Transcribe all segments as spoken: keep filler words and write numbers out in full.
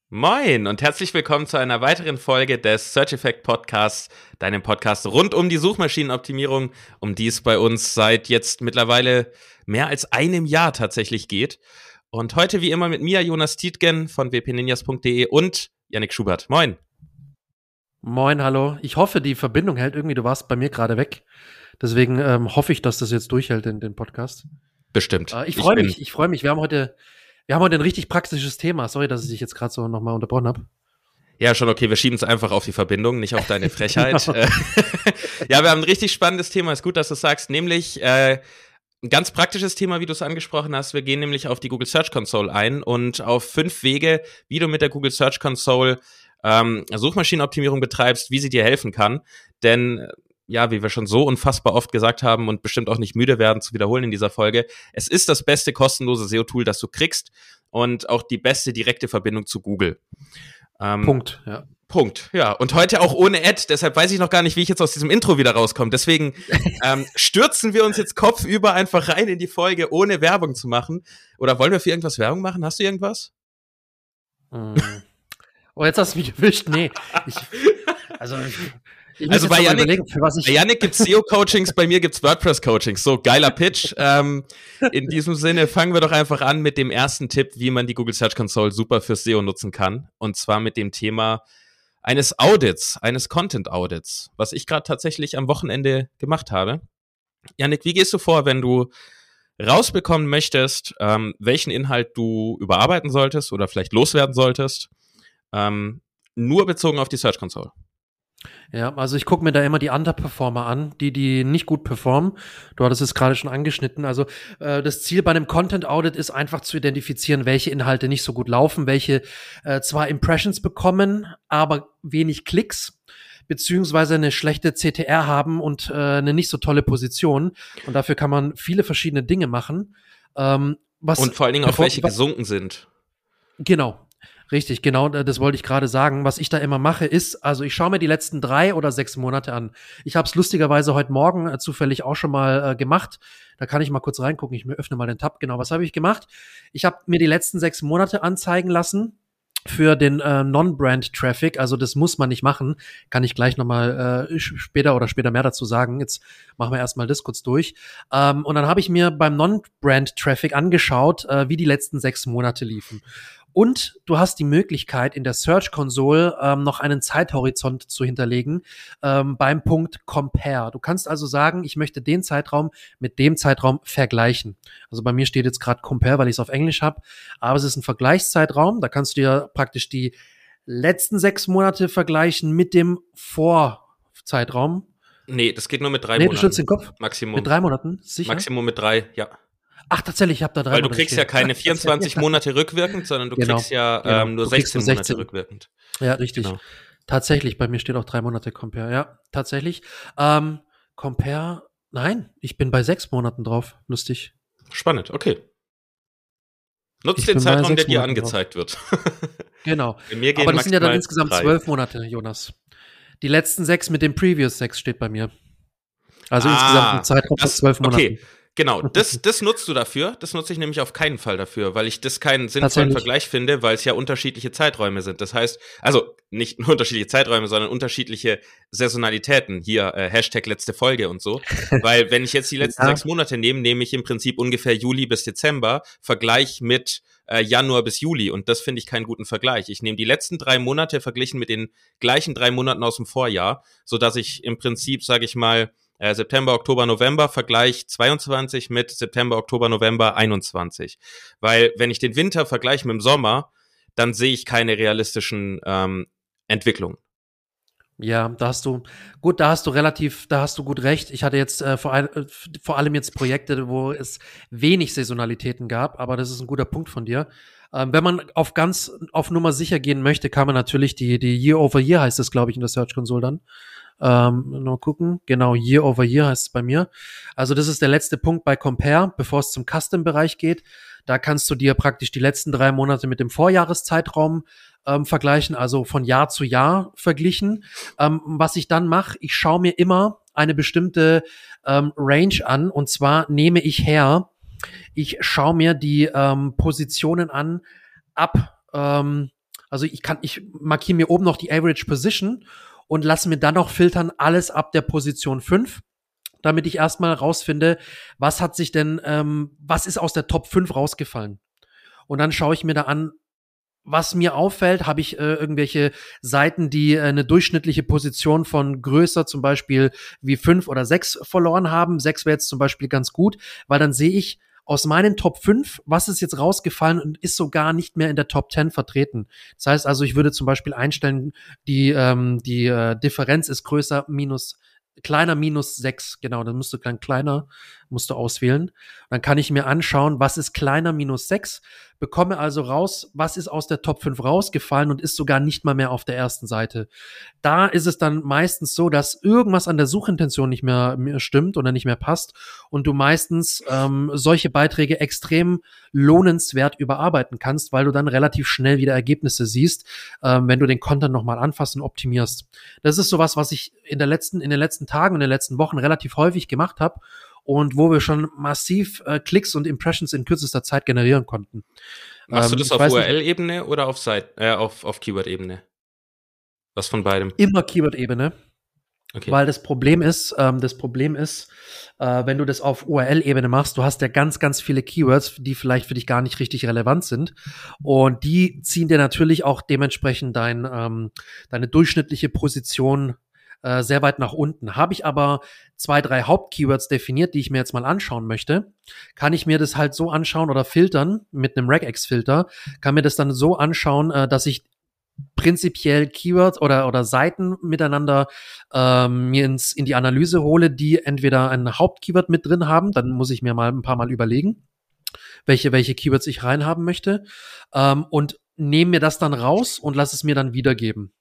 Moin und herzlich willkommen zu einer weiteren Folge des Search Effect Podcasts, deinem Podcast rund um die Suchmaschinenoptimierung, um die es bei uns seit jetzt mittlerweile mehr als einem Jahr tatsächlich geht. Und heute wie immer mit mir, Jonas Tietgen von w p ninjas punkt d e und Yannick Schubert. Moin. Moin, hallo. Ich hoffe, die Verbindung hält irgendwie. Du warst bei mir gerade weg. Deswegen ähm, hoffe ich, dass das jetzt durchhält in den Podcast. Bestimmt. Äh, ich freue mich, ich freue mich. Wir haben heute, wir haben heute ein richtig praktisches Thema. Sorry, dass ich dich jetzt gerade so nochmal unterbrochen habe. Ja, schon okay. Wir schieben es einfach auf die Verbindung, nicht auf deine Frechheit. Genau. Ja, wir haben ein richtig spannendes Thema. Ist gut, dass du es sagst. Nämlich äh, ein ganz praktisches Thema, wie du es angesprochen hast. Wir gehen nämlich auf die Google Search Console ein und auf fünf Wege, wie du mit der Google Search Console ähm, Suchmaschinenoptimierung betreibst, wie sie dir helfen kann. Denn ja, wie wir schon so unfassbar oft gesagt haben und bestimmt auch nicht müde werden zu wiederholen in dieser Folge, es ist das beste kostenlose S E O-Tool, das du kriegst und auch die beste direkte Verbindung zu Google. Ähm, Punkt, ja. Punkt, ja. Und heute auch ohne Ad, deshalb weiß ich noch gar nicht, wie ich jetzt aus diesem Intro wieder rauskomme. Deswegen ähm, stürzen wir uns jetzt kopfüber einfach rein in die Folge, ohne Werbung zu machen. Oder wollen wir für irgendwas Werbung machen? Hast du irgendwas? Mm. Oh, jetzt hast du mich erwischt. Nee, ich, also... Ich also bei Yannick, für was ich bei Yannick gibt's S E O-Coachings, bei mir gibt's WordPress-Coachings. So, geiler Pitch. Ähm, in diesem Sinne fangen wir doch einfach an mit dem ersten Tipp, wie man die Google Search Console super fürs S E O nutzen kann. Und zwar mit dem Thema eines Audits, eines Content-Audits, was ich gerade tatsächlich am Wochenende gemacht habe. Yannick, wie gehst du vor, wenn du rausbekommen möchtest, ähm, welchen Inhalt du überarbeiten solltest oder vielleicht loswerden solltest, ähm, nur bezogen auf die Search Console? Ja, also ich gucke mir da immer die Underperformer an, die, die nicht gut performen. Du hattest es gerade schon angeschnitten. Also äh, das Ziel bei einem Content Audit ist einfach zu identifizieren, welche Inhalte nicht so gut laufen, welche äh, zwar Impressions bekommen, aber wenig Klicks, beziehungsweise eine schlechte C T R haben und äh, eine nicht so tolle Position. Und dafür kann man viele verschiedene Dinge machen. Ähm, was und vor allen Dingen auch welche gesunken sind. Genau. Richtig, genau, das wollte ich gerade sagen. Was ich da immer mache, ist, also ich schaue mir die letzten drei oder sechs Monate an. Ich habe es lustigerweise heute Morgen äh, zufällig auch schon mal äh, gemacht. Da kann ich mal kurz reingucken. Ich öffne mal den Tab. Genau, was habe ich gemacht? Ich habe mir die letzten sechs Monate anzeigen lassen für den äh, Non-Brand-Traffic. Also das muss man nicht machen. Kann ich gleich nochmal äh, später oder später mehr dazu sagen. Jetzt machen wir erstmal das kurz durch. Ähm, und dann habe ich mir beim Non-Brand-Traffic angeschaut, äh, wie die letzten sechs Monate liefen. Und du hast die Möglichkeit, in der Search Console ähm, noch einen Zeithorizont zu hinterlegen ähm, beim Punkt Compare. Du kannst also sagen, ich möchte den Zeitraum mit dem Zeitraum vergleichen. Also bei mir steht jetzt gerade Compare, weil ich es auf Englisch habe, aber es ist ein Vergleichszeitraum. Da kannst du dir praktisch die letzten sechs Monate vergleichen mit dem Vorzeitraum. Nee, das geht nur mit drei nee, Monaten. Du schützt den Kopf? Maximum. Mit drei Monaten? Sicher? Maximum mit drei, ja. Ach, tatsächlich, ich habe da drei Weil Monate du kriegst stehen. ja keine vierundzwanzig Monate rückwirkend, sondern du genau, kriegst ja genau. ähm, nur du sechzehn, nur sechzehn Monate rückwirkend. Ja, richtig. Genau. Tatsächlich, bei mir steht auch drei Monate Compare. Ja, tatsächlich. Ähm, Compare, nein, ich bin bei sechs Monaten drauf. Lustig. Spannend, okay. Nutzt den Zeitraum, der dir angezeigt wird. Genau. Aber das sind ja dann insgesamt zwölf Monate, Jonas. Die letzten sechs mit dem Previous sechs steht bei mir. Also ah, insgesamt ein Zeitraum von zwölf Monaten. Okay. Genau, das, das nutzt du dafür. Das nutze ich nämlich auf keinen Fall dafür, weil ich das keinen sinnvollen Vergleich finde, weil es ja unterschiedliche Zeiträume sind. Das heißt, also nicht nur unterschiedliche Zeiträume, sondern unterschiedliche Saisonalitäten. Hier, äh, Hashtag letzte Folge und so. Weil wenn ich jetzt die letzten ja. sechs Monate nehme, nehme ich im Prinzip ungefähr Juli bis Dezember, Vergleich mit äh, Januar bis Juli. Und das finde ich keinen guten Vergleich. Ich nehme die letzten drei Monate verglichen mit den gleichen drei Monaten aus dem Vorjahr, sodass ich im Prinzip, sage ich mal, Äh, September, Oktober, November, Vergleich zweiundzwanzig mit September, Oktober, November einundzwanzig. Weil wenn ich den Winter vergleiche mit dem Sommer, dann sehe ich keine realistischen ähm, Entwicklungen. Ja, da hast du, gut, da hast du relativ, da hast du gut recht. Ich hatte jetzt äh, vor, ein, äh, vor allem jetzt Projekte, wo es wenig Saisonalitäten gab, aber das ist ein guter Punkt von dir. Ähm, wenn man auf ganz, auf Nummer sicher gehen möchte, kann man natürlich die, die Year over Year heißt es, glaube ich, in der Search Console dann. Ähm, mal gucken. Genau, Year over Year heißt es bei mir. Also das ist der letzte Punkt bei Compare, bevor es zum Custom-Bereich geht. Da kannst du dir praktisch die letzten drei Monate mit dem Vorjahreszeitraum ähm, vergleichen, also von Jahr zu Jahr verglichen. Ähm, was ich dann mache, ich schaue mir immer eine bestimmte ähm, Range an, und zwar nehme ich her, ich schaue mir die ähm, Positionen an ab ähm, Also ich kann, ich markiere mir oben noch die Average Position und lasse mir dann noch filtern alles ab der Position fünf, damit ich erstmal rausfinde, was hat sich denn, ähm, was ist aus der Top fünf rausgefallen. Und dann schaue ich mir da an, was mir auffällt, habe ich äh, irgendwelche Seiten, die äh, eine durchschnittliche Position von größer zum Beispiel wie fünf oder sechs verloren haben. Sechs wäre jetzt zum Beispiel ganz gut, weil dann sehe ich aus meinen Top fünf, was ist jetzt rausgefallen und ist sogar nicht mehr in der Top zehn vertreten. Das heißt also, ich würde zum Beispiel einstellen, die, ähm, die äh, Differenz ist größer minus kleiner minus sechs, genau, dann musst du dann kleiner, musst du auswählen. Dann kann ich mir anschauen, was ist kleiner minus sechs, bekomme also raus, was ist aus der Top fünf rausgefallen und ist sogar nicht mal mehr auf der ersten Seite. Da ist es dann meistens so, dass irgendwas an der Suchintention nicht mehr, mehr stimmt oder nicht mehr passt und du meistens ähm, solche Beiträge extrem lohnenswert überarbeiten kannst, weil du dann relativ schnell wieder Ergebnisse siehst, ähm, wenn du den Content nochmal anfasst und optimierst. Das ist sowas, was ich in der letzten, in den letzten Tagen und in den letzten Wochen relativ häufig gemacht habe und wo wir schon massiv äh, Klicks und Impressions in kürzester Zeit generieren konnten. Machst ähm, du das auf U R L-Ebene oder auf Site, äh, auf, auf Keyword-Ebene? Was von beidem? Immer Keyword-Ebene. Okay. Weil das Problem ist, ähm, das Problem ist, äh, wenn du das auf U R L-Ebene machst, du hast ja ganz, ganz viele Keywords, die vielleicht für dich gar nicht richtig relevant sind. Und die ziehen dir natürlich auch dementsprechend dein, ähm, deine durchschnittliche Position äh, sehr weit nach unten. Habe ich aber zwei, drei Hauptkeywords definiert, die ich mir jetzt mal anschauen möchte, kann ich mir das halt so anschauen oder filtern mit einem Regex-Filter, kann mir das dann so anschauen, äh, dass ich prinzipiell Keywords oder oder Seiten miteinander ähm, mir ins in die Analyse hole, die entweder ein Hauptkeyword mit drin haben, dann muss ich mir mal ein paar Mal überlegen, welche welche Keywords ich reinhaben möchte, ähm, und nehme mir das dann raus und lasse es mir dann wiedergeben.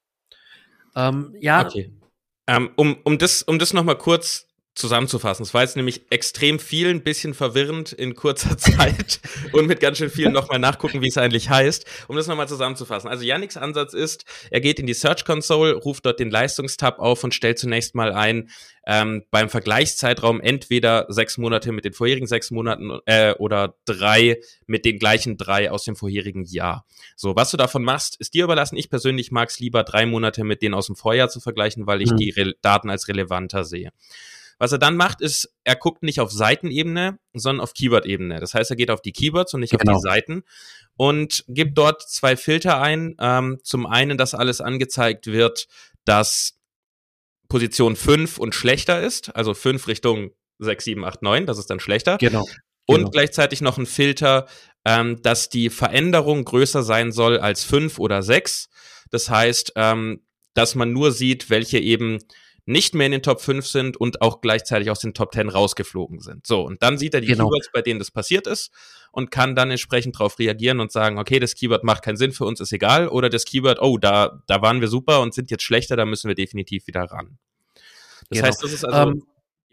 Ähm, ja. Okay. Ähm, um um das um das noch mal kurz zusammenzufassen. Es war jetzt nämlich extrem viel, ein bisschen verwirrend in kurzer Zeit und mit ganz schön viel nochmal nachgucken, wie es eigentlich heißt. Um das nochmal zusammenzufassen. Also Yannicks Ansatz ist, er geht in die Search Console, ruft dort den Leistungstab auf und stellt zunächst mal ein, ähm, beim Vergleichszeitraum entweder sechs Monate mit den vorherigen sechs Monaten äh, oder drei mit den gleichen drei aus dem vorherigen Jahr. So, was du davon machst, ist dir überlassen. Ich persönlich mag es lieber, drei Monate mit denen aus dem Vorjahr zu vergleichen, weil ich mhm. die Re- Daten als relevanter sehe. Was er dann macht, ist, er guckt nicht auf Seitenebene, sondern auf Keyword-Ebene. Das heißt, er geht auf die Keywords und nicht genau. auf die Seiten und gibt dort zwei Filter ein. Ähm, zum einen, dass alles angezeigt wird, dass Position fünf und schlechter ist, also fünf Richtung sechs, sieben, acht, neun, das ist dann schlechter. Genau. Und genau. gleichzeitig noch ein Filter, ähm, dass die Veränderung größer sein soll als fünf oder sechs. Das heißt, ähm, dass man nur sieht, welche eben nicht mehr in den Top fünf sind und auch gleichzeitig aus den Top zehn rausgeflogen sind. So, und dann sieht er die genau. Keywords, bei denen das passiert ist und kann dann entsprechend darauf reagieren und sagen, okay, das Keyword macht keinen Sinn für uns, ist egal. Oder das Keyword, oh, da da waren wir super und sind jetzt schlechter, da müssen wir definitiv wieder ran. Das genau. heißt, das ist also... Um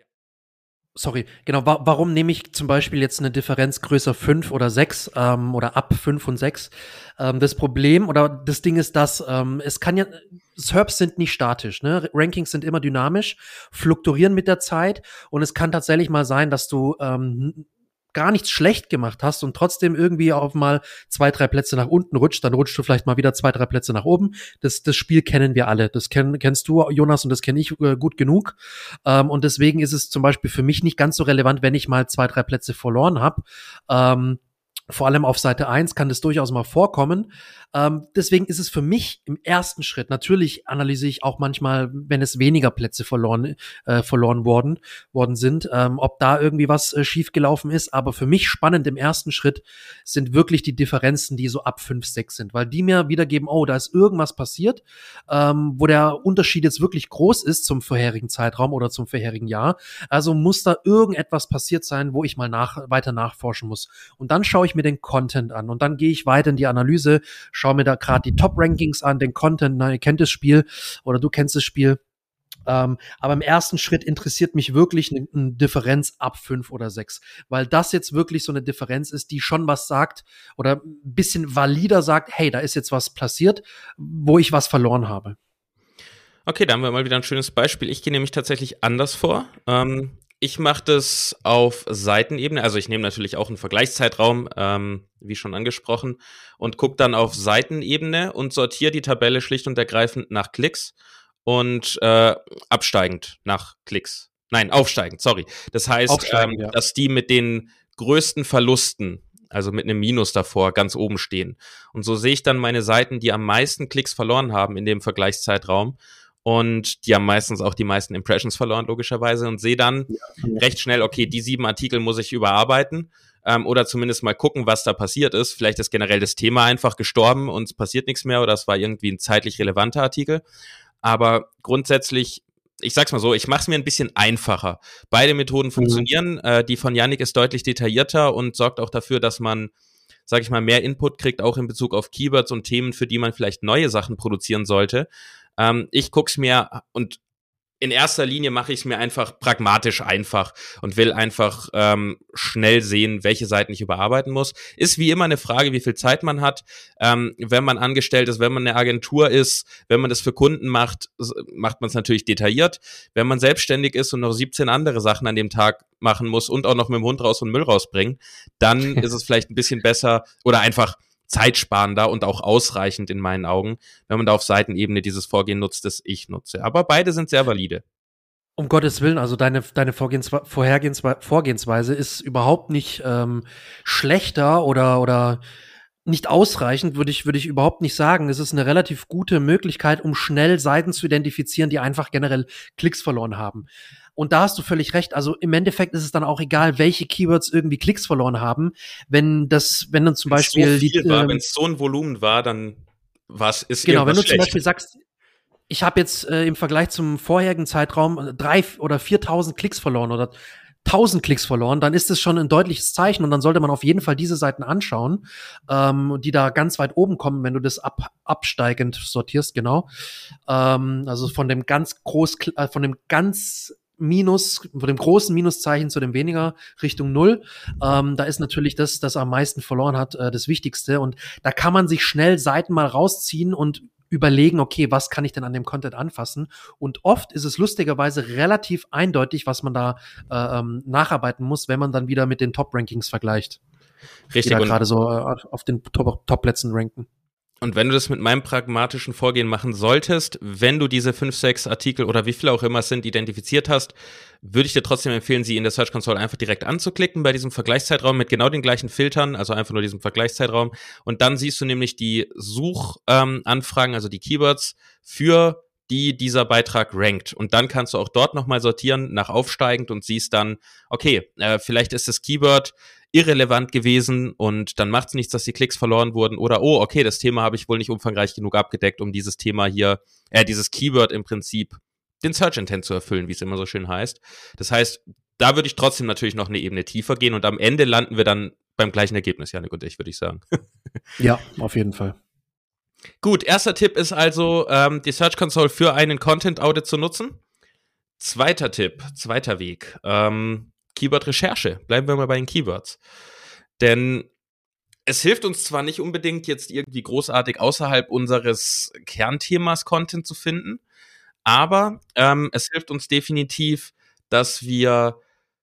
Sorry, genau, wa- warum nehme ich zum Beispiel jetzt eine Differenz größer fünf oder sechs ähm, oder ab fünf und sechs? Ähm, das Problem oder das Ding ist, dass ähm, es kann ja, S E R Ps sind nicht statisch, ne? Rankings sind immer dynamisch, fluktuieren mit der Zeit und es kann tatsächlich mal sein, dass du ähm, gar nichts schlecht gemacht hast und trotzdem irgendwie auf mal zwei, drei Plätze nach unten rutscht, dann rutscht du vielleicht mal wieder zwei, drei Plätze nach oben. Das, das Spiel kennen wir alle. Das kenn, kennst du, Jonas, und das kenne ich äh, gut genug. Ähm, und deswegen ist es zum Beispiel für mich nicht ganz so relevant, wenn ich mal zwei, drei Plätze verloren habe. Ähm, Vor allem auf Seite eins kann das durchaus mal vorkommen. Ähm, deswegen ist es für mich im ersten Schritt, natürlich analysiere ich auch manchmal, wenn es weniger Plätze verloren äh, verloren worden, worden sind, ähm, ob da irgendwie was äh, schiefgelaufen ist. Aber für mich spannend im ersten Schritt sind wirklich die Differenzen, die so ab fünf, sechs sind, weil die mir wiedergeben, oh, da ist irgendwas passiert, ähm, wo der Unterschied jetzt wirklich groß ist zum vorherigen Zeitraum oder zum vorherigen Jahr. Also muss da irgendetwas passiert sein, wo ich mal nach, weiter nachforschen muss. Und dann schaue ich mir den Content an und dann gehe ich weiter in die Analyse, schaue mir da gerade die Top-Rankings an, den Content, na, ihr kennt das Spiel oder du kennst das Spiel. Ähm, aber im ersten Schritt interessiert mich wirklich eine, eine Differenz ab fünf oder sechs, weil das jetzt wirklich so eine Differenz ist, die schon was sagt oder ein bisschen valider sagt, hey, da ist jetzt was passiert, wo ich was verloren habe. Okay, da haben wir mal wieder ein schönes Beispiel. Ich gehe nämlich tatsächlich anders vor. Ähm, Ich mache das auf Seitenebene, also ich nehme natürlich auch einen Vergleichszeitraum, ähm, wie schon angesprochen, und gucke dann auf Seitenebene und sortiere die Tabelle schlicht und ergreifend nach Klicks und äh, absteigend nach Klicks. Nein, aufsteigend, sorry. Das heißt, ähm, ja. dass die mit den größten Verlusten, also mit einem Minus davor, ganz oben stehen. Und so sehe ich dann meine Seiten, die am meisten Klicks verloren haben in dem Vergleichszeitraum. Und die haben meistens auch die meisten Impressions verloren, logischerweise, und sehe dann ja. recht schnell, okay, die sieben Artikel muss ich überarbeiten ähm, oder zumindest mal gucken, was da passiert ist. Vielleicht ist generell das Thema einfach gestorben und es passiert nichts mehr oder es war irgendwie ein zeitlich relevanter Artikel. Aber grundsätzlich, ich sag's mal so, ich mache es mir ein bisschen einfacher. Beide Methoden funktionieren. Mhm. Äh, die von Yannick ist deutlich detaillierter und sorgt auch dafür, dass man, sag ich mal, mehr Input kriegt, auch in Bezug auf Keywords und Themen, für die man vielleicht neue Sachen produzieren sollte. Ähm, ich guck's mir und in erster Linie mache ich es mir einfach pragmatisch einfach und will einfach ähm, schnell sehen, welche Seiten ich überarbeiten muss. Ist wie immer eine Frage, wie viel Zeit man hat. Ähm, wenn man angestellt ist, wenn man eine Agentur ist, wenn man das für Kunden macht, macht man es natürlich detailliert. Wenn man selbstständig ist und noch siebzehn andere Sachen an dem Tag machen muss und auch noch mit dem Hund raus und Müll rausbringen, dann ist es vielleicht ein bisschen besser oder einfach zeitsparender und auch ausreichend in meinen Augen, wenn man da auf Seitenebene dieses Vorgehen nutzt, das ich nutze. Aber beide sind sehr valide. Um Gottes Willen, also deine, deine Vorgehenswe- Vorhergehenswe- Vorgehensweise ist überhaupt nicht ähm, schlechter oder, oder nicht ausreichend, würde ich, würde ich überhaupt nicht sagen. Es ist eine relativ gute Möglichkeit, um schnell Seiten zu identifizieren, die einfach generell Klicks verloren haben. Und da hast du völlig recht. Also im Endeffekt ist es dann auch egal, welche Keywords irgendwie Klicks verloren haben. Wenn das, wenn dann zum wenn's Beispiel so viel die, war, ähm, wenn es so ein Volumen war, dann was ist genau, wenn du schlecht. Zum Beispiel sagst, ich habe jetzt äh, im Vergleich zum vorherigen Zeitraum drei oder viertausend Klicks verloren oder tausend Klicks verloren, dann ist es schon ein deutliches Zeichen und dann sollte man auf jeden Fall diese Seiten anschauen, ähm, die da ganz weit oben kommen, wenn du das ab, absteigend sortierst, genau. Ähm, also von dem ganz groß, äh, von dem ganz Minus, von dem großen Minuszeichen zu dem weniger Richtung Null. Ähm, da ist natürlich das, das am meisten verloren hat, äh, das Wichtigste. Und da kann man sich schnell Seiten mal rausziehen und überlegen, okay, was kann ich denn an dem Content anfassen? Und oft ist es lustigerweise relativ eindeutig, was man da äh, ähm, nacharbeiten muss, wenn man dann wieder mit den Top-Rankings vergleicht. Richtig. Die da gerade so äh, auf den Top- Top-Plätzen ranken. Und wenn du das mit meinem pragmatischen Vorgehen machen solltest, wenn du diese fünf, sechs Artikel oder wie viele auch immer es sind, identifiziert hast, würde ich dir trotzdem empfehlen, sie in der Search Console einfach direkt anzuklicken bei diesem Vergleichszeitraum mit genau den gleichen Filtern, also einfach nur diesem Vergleichszeitraum. Und dann siehst du nämlich die Suchanfragen, ähm, also die Keywords, für die dieser Beitrag rankt. Und dann kannst du auch dort nochmal sortieren nach aufsteigend und siehst dann, okay, äh, vielleicht ist das Keyword irrelevant gewesen und dann macht es nichts, dass die Klicks verloren wurden oder oh, okay, das Thema habe ich wohl nicht umfangreich genug abgedeckt, um dieses Thema hier, äh, dieses Keyword im Prinzip den Search Intent zu erfüllen, wie es immer so schön heißt. Das heißt, da würde ich trotzdem natürlich noch eine Ebene tiefer gehen und am Ende landen wir dann beim gleichen Ergebnis, Yannick und ich, würde ich sagen. Ja, auf jeden Fall. Gut, erster Tipp ist also, ähm, die Search Console für einen Content Audit zu nutzen. Zweiter Tipp, zweiter Weg, ähm, Keyword-Recherche. Bleiben wir mal bei den Keywords. Denn es hilft uns zwar nicht unbedingt jetzt irgendwie großartig außerhalb unseres Kernthemas Content zu finden, aber ähm, es hilft uns definitiv, dass wir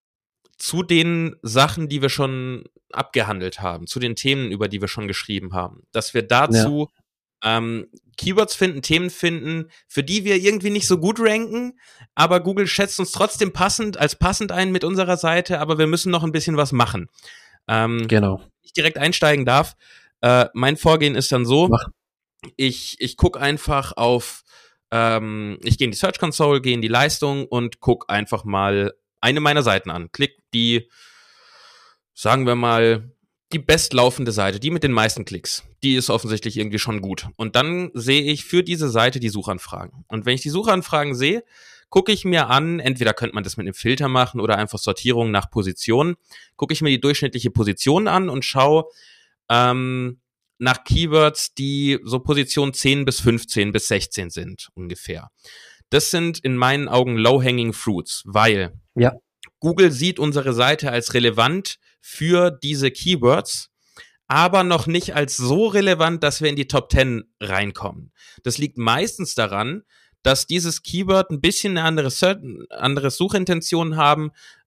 zu den Sachen, die wir schon abgehandelt haben, zu den Themen, über die wir schon geschrieben haben, dass wir dazu ja. Ähm, Keywords finden, Themen finden, für die wir irgendwie nicht so gut ranken, aber Google schätzt uns trotzdem passend, als passend ein mit unserer Seite, aber wir müssen noch ein bisschen was machen. Ähm, genau. Wenn ich direkt einsteigen darf, äh, mein Vorgehen ist dann so, Mach. ich, ich gucke einfach auf, ähm, ich gehe in die Search Console, gehe in die Leistung und gucke einfach mal eine meiner Seiten an. Klick die, sagen wir mal, die bestlaufende Seite, die mit den meisten Klicks, die ist offensichtlich irgendwie schon gut. Und dann sehe ich für diese Seite die Suchanfragen. Und wenn ich die Suchanfragen sehe, gucke ich mir an, entweder könnte man das mit einem Filter machen oder einfach Sortierung nach Position, gucke ich mir die durchschnittliche Position an und schaue ähm, nach Keywords, die so Position zehn bis fünfzehn bis sechzehn sind ungefähr. Das sind in meinen Augen low-hanging fruits, weil ja. Google sieht unsere Seite als relevant für diese Keywords, aber noch nicht als so relevant, dass wir in die Top zehn reinkommen. Das liegt meistens daran, dass dieses Keyword ein bisschen eine andere, andere Suchintention haben,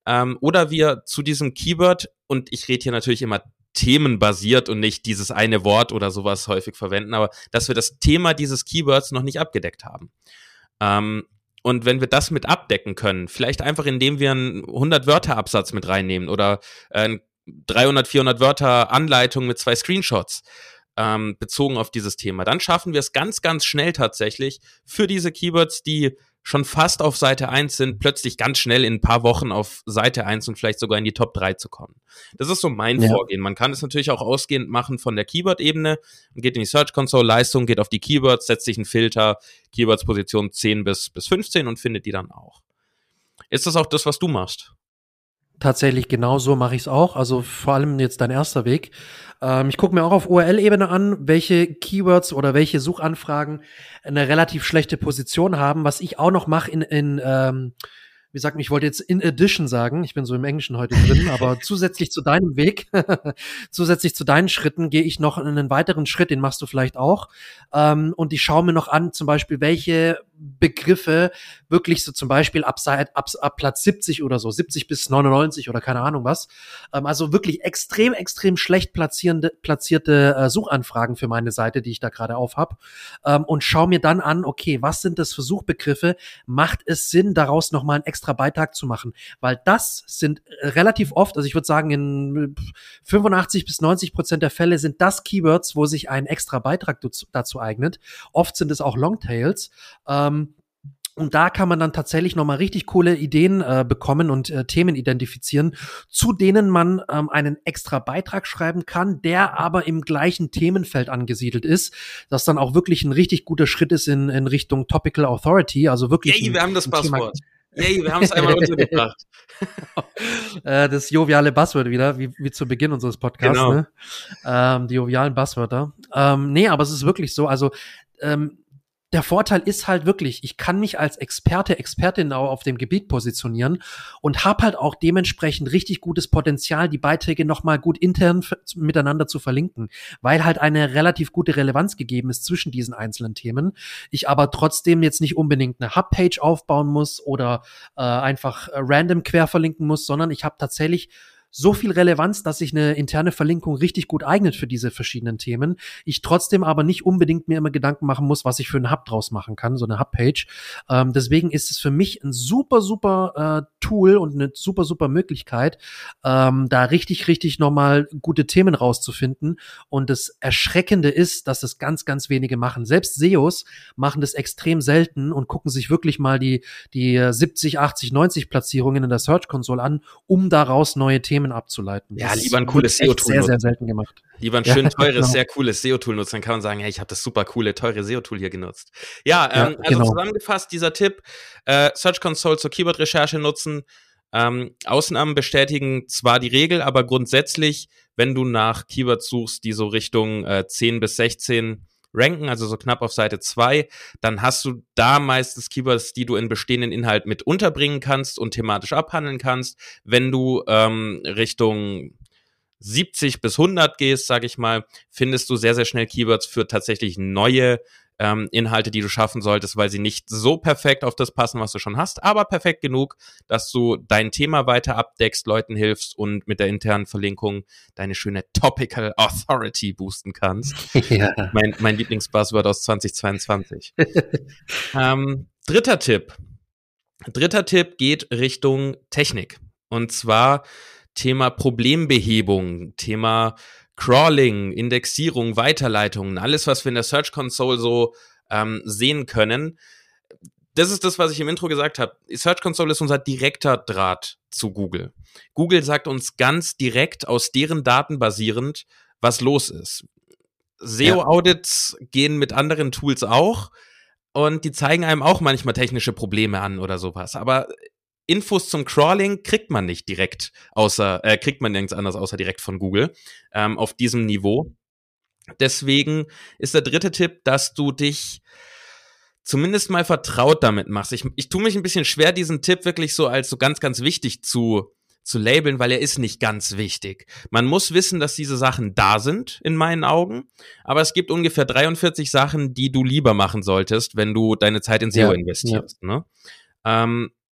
Ähm, oder wir zu diesem Keyword, und ich rede hier natürlich immer themenbasiert und nicht dieses eine Wort oder sowas häufig verwenden, aber dass wir das Thema dieses Keywords noch nicht abgedeckt haben. Ähm, und wenn wir das mit abdecken können, vielleicht einfach indem wir einen hundert-Wörter-Absatz mit reinnehmen oder ein dreihundert, vierhundert Wörter Anleitung mit zwei Screenshots, ähm, bezogen auf dieses Thema, dann schaffen wir es ganz, ganz schnell tatsächlich für diese Keywords, die schon fast auf Seite eins sind, plötzlich ganz schnell in ein paar Wochen auf Seite eins und vielleicht sogar in die Top drei zu kommen. Das ist so mein ja. Vorgehen. Man kann es natürlich auch ausgehend machen von der Keyword-Ebene und geht in die Search Console, Leistung, geht auf die Keywords, setzt sich einen Filter, Keywords Position zehn bis fünfzehn und findet die dann auch. Ist das auch das, was du machst? Tatsächlich genau so mache ich es auch, also vor allem jetzt dein erster Weg. Ähm, ich gucke mir auch auf O R L-Ebene an, welche Keywords oder welche Suchanfragen eine relativ schlechte Position haben. Was ich auch noch mache in, in ähm, wie sagt man, ich wollte jetzt in addition sagen, ich bin so im Englischen heute drin, aber zusätzlich zu deinem Weg, zusätzlich zu deinen Schritten gehe ich noch einen weiteren Schritt, den machst du vielleicht auch, ähm, und ich schaue mir noch an, zum Beispiel, welche Begriffe wirklich so zum Beispiel ab, ab, ab Platz siebzig oder so, siebzig bis neunundneunzig oder keine Ahnung was, ähm, also wirklich extrem, extrem schlecht platzierende, platzierte äh, Suchanfragen für meine Seite, die ich da gerade auf habe, ähm, und schaue mir dann an, okay, was sind das für Suchbegriffe, macht es Sinn, daraus nochmal einen extra Beitrag zu machen, weil das sind relativ oft, also ich würde sagen in fünfundachtzig bis neunzig Prozent der Fälle sind das Keywords, wo sich ein extra Beitrag dazu, dazu eignet. Oft sind es auch Longtails, ähm, und da kann man dann tatsächlich nochmal richtig coole Ideen äh, bekommen und äh, Themen identifizieren, zu denen man ähm, einen extra Beitrag schreiben kann, der aber im gleichen Themenfeld angesiedelt ist, das dann auch wirklich ein richtig guter Schritt ist in, in Richtung Topical Authority, also wirklich Yay, ein, wir haben das Passwort. Thema. Yay, wir haben es einmal untergebracht. äh, das joviale Buzzword wieder, wie, wie zu Beginn unseres Podcasts, genau. Ne? Ähm, die jovialen Buzzwörter. Ähm, nee, aber es ist wirklich so, also ähm, der Vorteil ist halt wirklich, ich kann mich als Experte, Expertin auch auf dem Gebiet positionieren und habe halt auch dementsprechend richtig gutes Potenzial, die Beiträge nochmal gut intern f- miteinander zu verlinken, weil halt eine relativ gute Relevanz gegeben ist zwischen diesen einzelnen Themen. Ich aber trotzdem jetzt nicht unbedingt eine Hubpage aufbauen muss oder äh, einfach äh, random quer verlinken muss, sondern ich habe tatsächlich so viel Relevanz, dass sich eine interne Verlinkung richtig gut eignet für diese verschiedenen Themen. Ich trotzdem aber nicht unbedingt mir immer Gedanken machen muss, was ich für einen Hub draus machen kann, so eine Hubpage. Ähm, deswegen ist es für mich ein super, super äh, Tool und eine super, super Möglichkeit, ähm, da richtig, richtig nochmal gute Themen rauszufinden. Und das Erschreckende ist, dass das ganz, ganz wenige machen. Selbst S E Os machen das extrem selten und gucken sich wirklich mal die, die siebzig, achtzig, neunzig Platzierungen in der Search Console an, um daraus neue Themen abzuleiten. Ja, das lieber ein cooles S E O-Tool sehr, sehr selten gemacht. Lieber ein schön teures, genau. sehr cooles S E O-Tool nutzen. Dann kann man sagen, hey, ich habe das super coole, teure S E O-Tool hier genutzt. Ja, ähm, ja also genau. Zusammengefasst, dieser Tipp, äh, Search Console zur Keyword-Recherche nutzen. Ähm, Ausnahmen bestätigen zwar die Regel, aber grundsätzlich, wenn du nach Keywords suchst, die so Richtung äh, zehn bis sechzehn ranken, also so knapp auf Seite zwei, dann hast du da meistens Keywords, die du in bestehenden Inhalt mit unterbringen kannst und thematisch abhandeln kannst. Wenn du ähm, Richtung siebzig bis hundert gehst, sage ich mal, findest du sehr, sehr schnell Keywords für tatsächlich neue ähm, Inhalte, die du schaffen solltest, weil sie nicht so perfekt auf das passen, was du schon hast, aber perfekt genug, dass du dein Thema weiter abdeckst, Leuten hilfst und mit der internen Verlinkung deine schöne Topical Authority boosten kannst. Ja. Mein, mein Lieblingsbuzzword aus zwanzig zweiundzwanzig. ähm, dritter Tipp. Dritter Tipp geht Richtung Technik. Und zwar Thema Problembehebung, Thema Crawling, Indexierung, Weiterleitungen, alles, was wir in der Search Console so ähm, sehen können. Das ist das, was ich im Intro gesagt habe. Die Search Console ist unser direkter Draht zu Google. Google sagt uns ganz direkt aus deren Daten basierend, was los ist. S E O-Audits ja. gehen mit anderen Tools auch und die zeigen einem auch manchmal technische Probleme an oder sowas. Aber Infos zum Crawling kriegt man nicht direkt, außer äh, kriegt man nirgends anders außer direkt von Google ähm, auf diesem Niveau. Deswegen ist der dritte Tipp, dass du dich zumindest mal vertraut damit machst. Ich, ich tue mich ein bisschen schwer, diesen Tipp wirklich so als so ganz, ganz wichtig zu zu labeln, weil er ist nicht ganz wichtig. Man muss wissen, dass diese Sachen da sind, in meinen Augen, aber es gibt ungefähr dreiundvierzig Sachen, die du lieber machen solltest, wenn du deine Zeit in S E O ja, investierst. Ja. Ne? Ähm,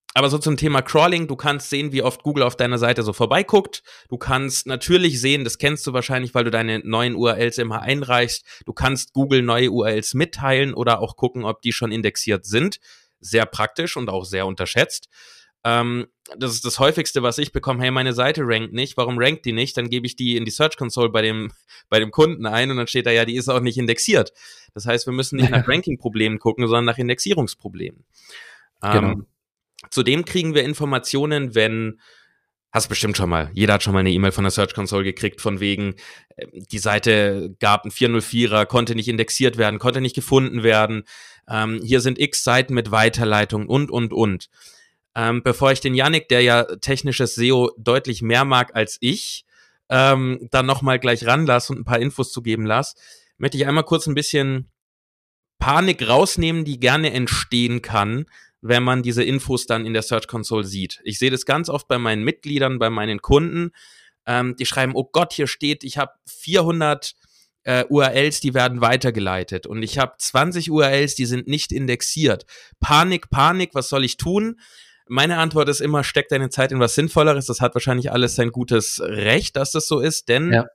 aber so zum Thema Crawling, du kannst sehen, wie oft Google auf deiner Seite so vorbeiguckt. Du kannst natürlich sehen, das kennst du wahrscheinlich, weil du deine neuen U R Ls immer einreichst. Du kannst Google neue U R Ls mitteilen oder auch gucken, ob die schon indexiert sind. Sehr praktisch und auch sehr unterschätzt. Ähm, das ist das häufigste, was ich bekomme. Hey, meine Seite rankt nicht. Warum rankt die nicht? Dann gebe ich die in die Search Console bei dem, bei dem Kunden ein und dann steht da, ja, die ist auch nicht indexiert. Das heißt, wir müssen nicht nach Ranking-Problemen gucken, sondern nach Indexierungsproblemen. Genau. Ähm, Zudem kriegen wir Informationen, wenn, hast bestimmt schon mal, jeder hat schon mal eine E-Mail von der Search Console gekriegt, von wegen, die Seite gab einen vier null vierer, konnte nicht indexiert werden, konnte nicht gefunden werden, ähm, hier sind x Seiten mit Weiterleitung und, und, und. Ähm, bevor ich den Yannick, der ja technisches S E O deutlich mehr mag als ich, ähm, dann nochmal gleich ranlasse und ein paar Infos zu geben lasse, möchte ich einmal kurz ein bisschen Panik rausnehmen, die gerne entstehen kann, wenn man diese Infos dann in der Search Console sieht. Ich sehe das ganz oft bei meinen Mitgliedern, bei meinen Kunden, ähm, die schreiben, oh Gott, hier steht, ich habe vierhundert äh, U R Ls, die werden weitergeleitet und ich habe zwanzig U R Ls, die sind nicht indexiert. Panik, Panik, was soll ich tun? Meine Antwort ist immer, steck deine Zeit in was Sinnvolleres. Das hat wahrscheinlich alles sein gutes Recht, dass das so ist, denn ja.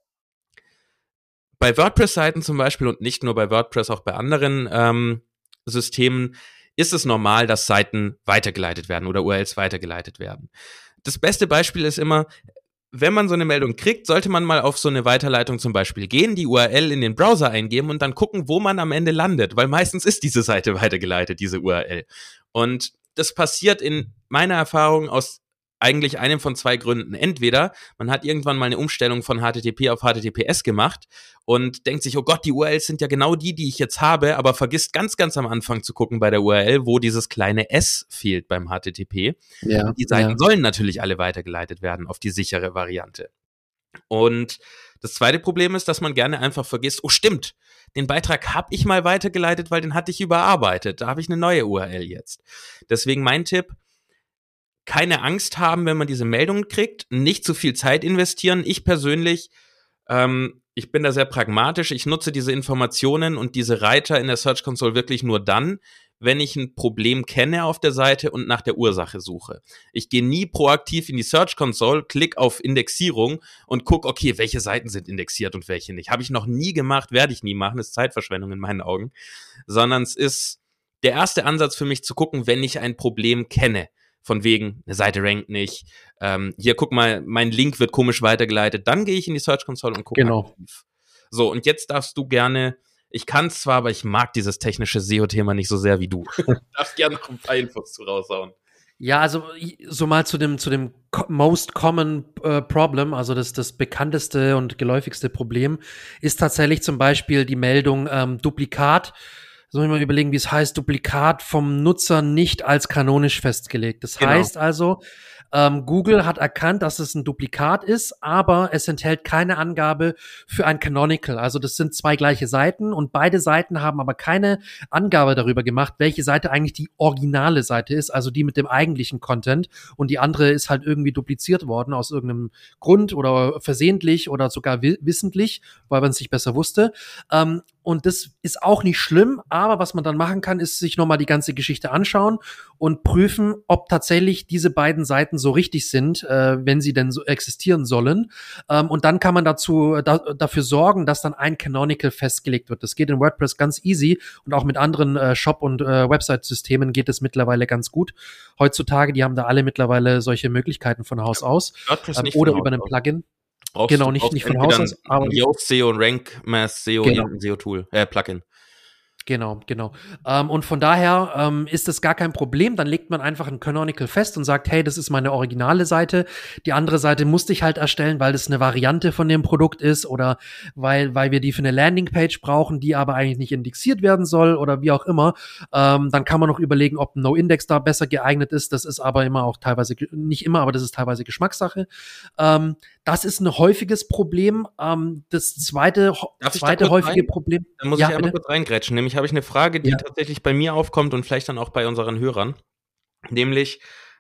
Bei WordPress-Seiten zum Beispiel und nicht nur bei WordPress, auch bei anderen ähm, Systemen ist es normal, dass Seiten weitergeleitet werden oder U R Ls weitergeleitet werden. Das beste Beispiel ist immer, wenn man so eine Meldung kriegt, sollte man mal auf so eine Weiterleitung zum Beispiel gehen, die U R L in den Browser eingeben und dann gucken, wo man am Ende landet, weil meistens ist diese Seite weitergeleitet, diese U R L. Und das passiert in meiner Erfahrung aus eigentlich einem von zwei Gründen. Entweder man hat irgendwann mal eine Umstellung von H T T P auf H T T P S gemacht und denkt sich, oh Gott, die U R Ls sind ja genau die, die ich jetzt habe, aber vergisst ganz, ganz am Anfang zu gucken bei der U R L, wo dieses kleine S fehlt beim H T T P. Ja, die Seiten ja. sollen natürlich alle weitergeleitet werden auf die sichere Variante. Und das zweite Problem ist, dass man gerne einfach vergisst, oh stimmt, den Beitrag habe ich mal weitergeleitet, weil den hatte ich überarbeitet. Da habe ich eine neue U R L jetzt. Deswegen mein Tipp, keine Angst haben, wenn man diese Meldungen kriegt, nicht zu viel Zeit investieren. Ich persönlich, ähm, ich bin da sehr pragmatisch. Ich nutze diese Informationen und diese Reiter in der Search Console wirklich nur dann, wenn ich ein Problem kenne auf der Seite und nach der Ursache suche. Ich gehe nie proaktiv in die Search Console, klick auf Indexierung und gucke, okay, welche Seiten sind indexiert und welche nicht. Habe ich noch nie gemacht, werde ich nie machen, ist Zeitverschwendung in meinen Augen. Sondern es ist der erste Ansatz für mich zu gucken, wenn ich ein Problem kenne. Von wegen, eine Seite rankt nicht, ähm, hier guck mal, mein Link wird komisch weitergeleitet, dann gehe ich in die Search Console und gucke genau. aktiv. So, und jetzt darfst du gerne, ich kann es zwar, aber ich mag dieses technische S E O-Thema nicht so sehr wie du. Du darfst gerne noch ein paar Infos zu raushauen. Ja, also so mal zu dem zu dem most common äh, problem, also das das bekannteste und geläufigste Problem ist tatsächlich zum Beispiel die Meldung ähm, Duplikat. Soll ich mal überlegen, wie es heißt, Duplikat vom Nutzer nicht als kanonisch festgelegt. Das genau. heißt also, ähm, Google hat erkannt, dass es ein Duplikat ist, aber es enthält keine Angabe für ein Canonical. Also das sind zwei gleiche Seiten und beide Seiten haben aber keine Angabe darüber gemacht, welche Seite eigentlich die originale Seite ist, also die mit dem eigentlichen Content und die andere ist halt irgendwie dupliziert worden aus irgendeinem Grund oder versehentlich oder sogar wissentlich, weil man es sich besser wusste. Ähm, Und das ist auch nicht schlimm, aber was man dann machen kann, ist sich nochmal die ganze Geschichte anschauen und prüfen, ob tatsächlich diese beiden Seiten so richtig sind, äh, wenn sie denn so existieren sollen. Ähm, und dann kann man dazu da, dafür sorgen, dass dann ein Canonical festgelegt wird. Das geht in WordPress ganz easy und auch mit anderen äh, Shop- und äh, Website-Systemen geht es mittlerweile ganz gut. Heutzutage, die haben da alle mittlerweile solche Möglichkeiten von Haus aus ähm, oder über ein Plugin. Brauchst genau, du, nicht, brauchst nicht von Haus aus, aber Yoast S E O und Rank Math S E O, genau. ein S E O-Tool, äh, Plugin. Genau, genau. Ähm, und von daher ähm, ist das gar kein Problem. Dann legt man einfach ein Canonical fest und sagt, hey, das ist meine originale Seite. Die andere Seite musste ich halt erstellen, weil das eine Variante von dem Produkt ist oder weil weil wir die für eine Landingpage brauchen, die aber eigentlich nicht indexiert werden soll oder wie auch immer. Ähm, dann kann man noch überlegen, ob ein No-Index da besser geeignet ist. Das ist aber immer auch teilweise, nicht immer, aber das ist teilweise Geschmackssache. Ähm, das ist ein häufiges Problem. Ähm, das zweite, zweite häufige rein? Problem. Da muss ja, ich einmal bitte? kurz reingrätschen. Nämlich habe ich eine Frage, die Ja. tatsächlich bei mir aufkommt und vielleicht dann auch bei unseren Hörern. Nämlich,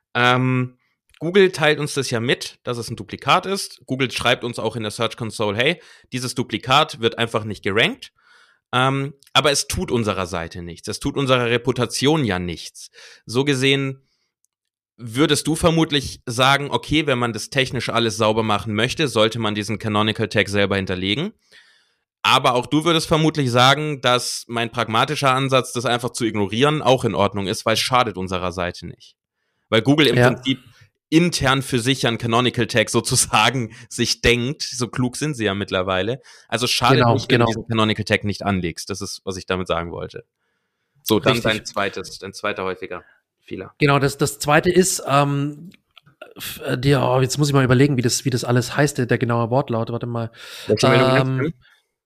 ähm, Google teilt uns das ja mit, dass es ein Duplikat ist. Google schreibt uns auch in der Search Console, hey, dieses Duplikat wird einfach nicht gerankt. Ähm, aber es tut unserer Seite nichts. Es tut unserer Reputation ja nichts. So gesehen würdest du vermutlich sagen, okay, wenn man das technisch alles sauber machen möchte, sollte man diesen Canonical Tag selber hinterlegen. Aber auch du würdest vermutlich sagen, dass mein pragmatischer Ansatz, das einfach zu ignorieren, auch in Ordnung ist, weil es schadet unserer Seite nicht. Weil Google im ja. Prinzip intern für sich einen Canonical Tag sozusagen sich denkt, so klug sind sie ja mittlerweile. Also schadet genau, nicht, wenn genau. du diesen Canonical Tag nicht anlegst. Das ist, was ich damit sagen wollte. So, dann Richtig. dein zweites, dein zweiter häufiger Fehler. Genau, das, das zweite ist, ähm, die, oh, jetzt muss ich mal überlegen, wie das, wie das alles heißt, der, der genaue Wortlaut. Warte mal. Welche Meldung ähm,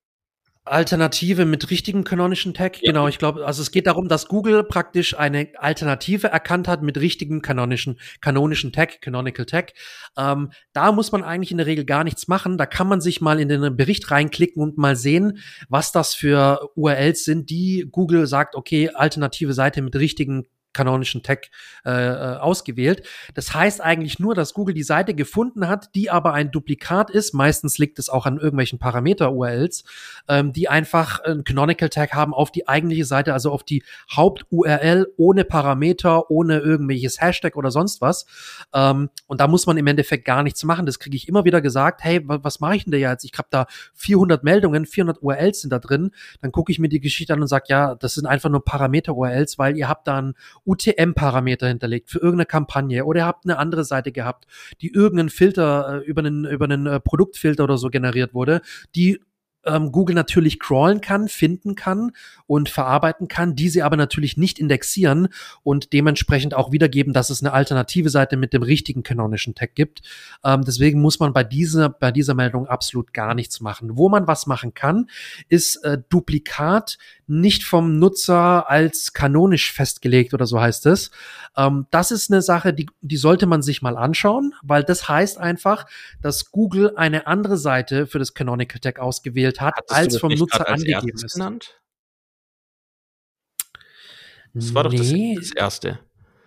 Alternative mit richtigen kanonischen Tag. Ja. Genau, ich glaube, also es geht darum, dass Google praktisch eine Alternative erkannt hat mit richtigem kanonischen, kanonischen Tag, Canonical Tag. Ähm, da muss man eigentlich in der Regel gar nichts machen. Da kann man sich mal in den Bericht reinklicken und mal sehen, was das für U R Ls sind, die Google sagt, okay, alternative Seite mit richtigen kanonischen Tag äh, ausgewählt. Das heißt eigentlich nur, dass Google die Seite gefunden hat, die aber ein Duplikat ist. Meistens liegt es auch an irgendwelchen Parameter-U R Ls, ähm, die einfach einen Canonical Tag haben auf die eigentliche Seite, also auf die Haupt-U R L ohne Parameter, ohne irgendwelches Hashtag oder sonst was. Ähm, und da muss man im Endeffekt gar nichts machen. Das kriege ich immer wieder gesagt. Hey, was mache ich denn da jetzt? Ich habe da vierhundert Meldungen, vierhundert U R Ls sind da drin. Dann gucke ich mir die Geschichte an und sage, ja, das sind einfach nur Parameter-U R Ls, weil ihr habt da einen U T M-Parameter hinterlegt für irgendeine Kampagne oder ihr habt eine andere Seite gehabt, die irgendeinen Filter äh, über einen, über einen äh, Produktfilter oder so generiert wurde, die ähm, Google natürlich crawlen kann, finden kann und verarbeiten kann, die sie aber natürlich nicht indexieren und dementsprechend auch wiedergeben, dass es eine alternative Seite mit dem richtigen kanonischen Tag gibt. Ähm, deswegen muss man bei dieser, bei dieser Meldung absolut gar nichts machen. Wo man was machen kann, ist äh, Duplikat nicht vom Nutzer als kanonisch festgelegt oder so heißt es. Ähm, das ist eine Sache, die, die sollte man sich mal anschauen, weil das heißt einfach, dass Google eine andere Seite für das Canonical Tag ausgewählt hat, Hattest als du vom nicht Nutzer als angegeben ist. Genannt? Das war nee. doch das, das erste.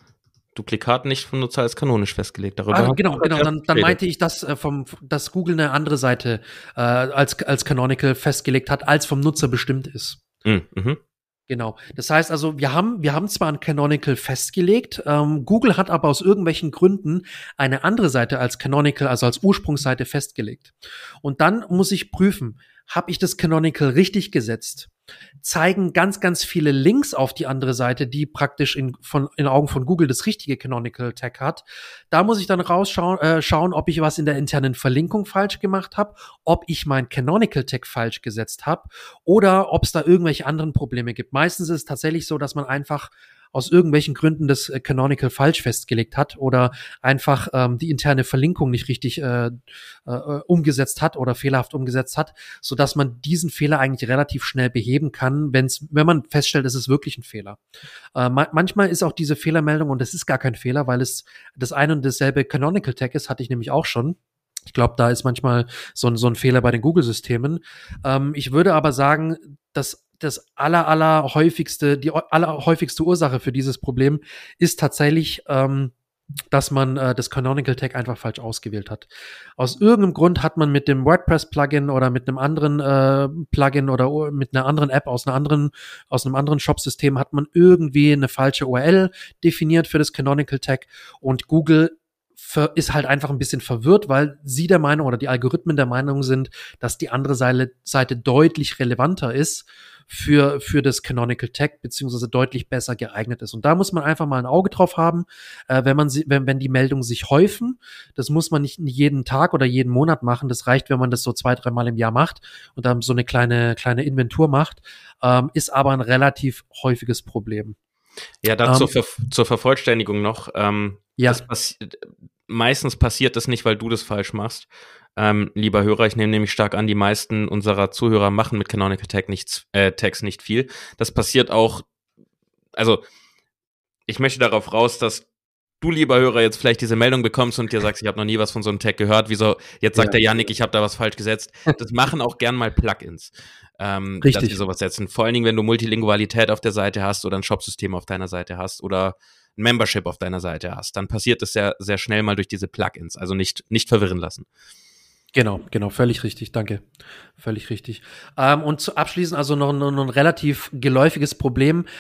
Duplikat nicht vom Nutzer als kanonisch festgelegt. Darüber ah, genau, genau. Dann, dann meinte ich, dass äh, vom, dass Google eine andere Seite äh, als als Canonical festgelegt hat, als vom Nutzer bestimmt ist. Mhm. Genau. Das heißt also, wir haben, wir haben zwar ein Canonical festgelegt, ähm, Google hat aber aus irgendwelchen Gründen eine andere Seite als Canonical, also als Ursprungsseite festgelegt. Und dann muss ich prüfen, habe ich das Canonical richtig gesetzt? Zeigen ganz, ganz viele Links auf die andere Seite, die praktisch in, von, in Augen von Google das richtige Canonical Tag hat. Da muss ich dann rausschauen, äh, schauen, ob ich was in der internen Verlinkung falsch gemacht habe, ob ich mein Canonical Tag falsch gesetzt habe oder ob es da irgendwelche anderen Probleme gibt. Meistens ist es tatsächlich so, dass man einfach aus irgendwelchen Gründen das äh, Canonical falsch festgelegt hat oder einfach ähm, die interne Verlinkung nicht richtig äh, äh, umgesetzt hat oder fehlerhaft umgesetzt hat, so dass man diesen Fehler eigentlich relativ schnell beheben kann, wenn's, wenn man feststellt, es ist wirklich ein Fehler. Äh, ma- manchmal ist auch diese Fehlermeldung, und das ist gar kein Fehler, weil es das ein und dasselbe Canonical Tag ist, hatte ich nämlich auch schon. Ich glaube, da ist manchmal so ein, so ein Fehler bei den Google-Systemen. Ähm, ich würde aber sagen, dass das aller, aller häufigste, die aller häufigste Ursache für dieses Problem ist tatsächlich, ähm, dass man äh, das Canonical Tag einfach falsch ausgewählt hat. Aus irgendeinem Grund hat man mit dem WordPress-Plugin oder mit einem anderen äh, Plugin oder mit einer anderen App aus einer anderen, aus einem anderen Shop-System hat man irgendwie eine falsche U R L definiert für das Canonical Tag und Google Ver, ist halt einfach ein bisschen verwirrt, weil sie der Meinung oder die Algorithmen der Meinung sind, dass die andere Seite, Seite deutlich relevanter ist für, für das Canonical Tag, beziehungsweise deutlich besser geeignet ist. Und da muss man einfach mal ein Auge drauf haben, äh, wenn man sie, wenn, wenn die Meldungen sich häufen. Das muss man nicht jeden Tag oder jeden Monat machen. Das reicht, wenn man das so zwei, dreimal im Jahr macht und dann so eine kleine, kleine Inventur macht, ähm, ist aber ein relativ häufiges Problem. Ja, dazu ähm, zur, zur Vervollständigung noch. Ähm, ja. Das passi- meistens passiert das nicht, weil du das falsch machst. Ähm, lieber Hörer, ich nehme nämlich stark an, die meisten unserer Zuhörer machen mit Canonical Tag nichts, äh, Tags nicht viel. Das passiert auch, also ich möchte darauf raus, dass du, lieber Hörer, jetzt vielleicht diese Meldung bekommst und dir sagst, ich habe noch nie was von so einem Tag gehört. Wieso? Jetzt sagt ja. der Yannick, ich habe da was falsch gesetzt. Das machen auch gern mal Plugins, ähm, dass sie sowas setzen. Vor allen Dingen, wenn du Multilingualität auf der Seite hast oder ein Shopsystem auf deiner Seite hast oder ein Membership auf deiner Seite hast, dann passiert das sehr, sehr schnell mal durch diese Plugins. Also nicht, nicht verwirren lassen. Genau, genau, völlig richtig, danke. Völlig richtig. Ähm, und zu abschließend also noch, noch, noch ein relativ geläufiges Problem.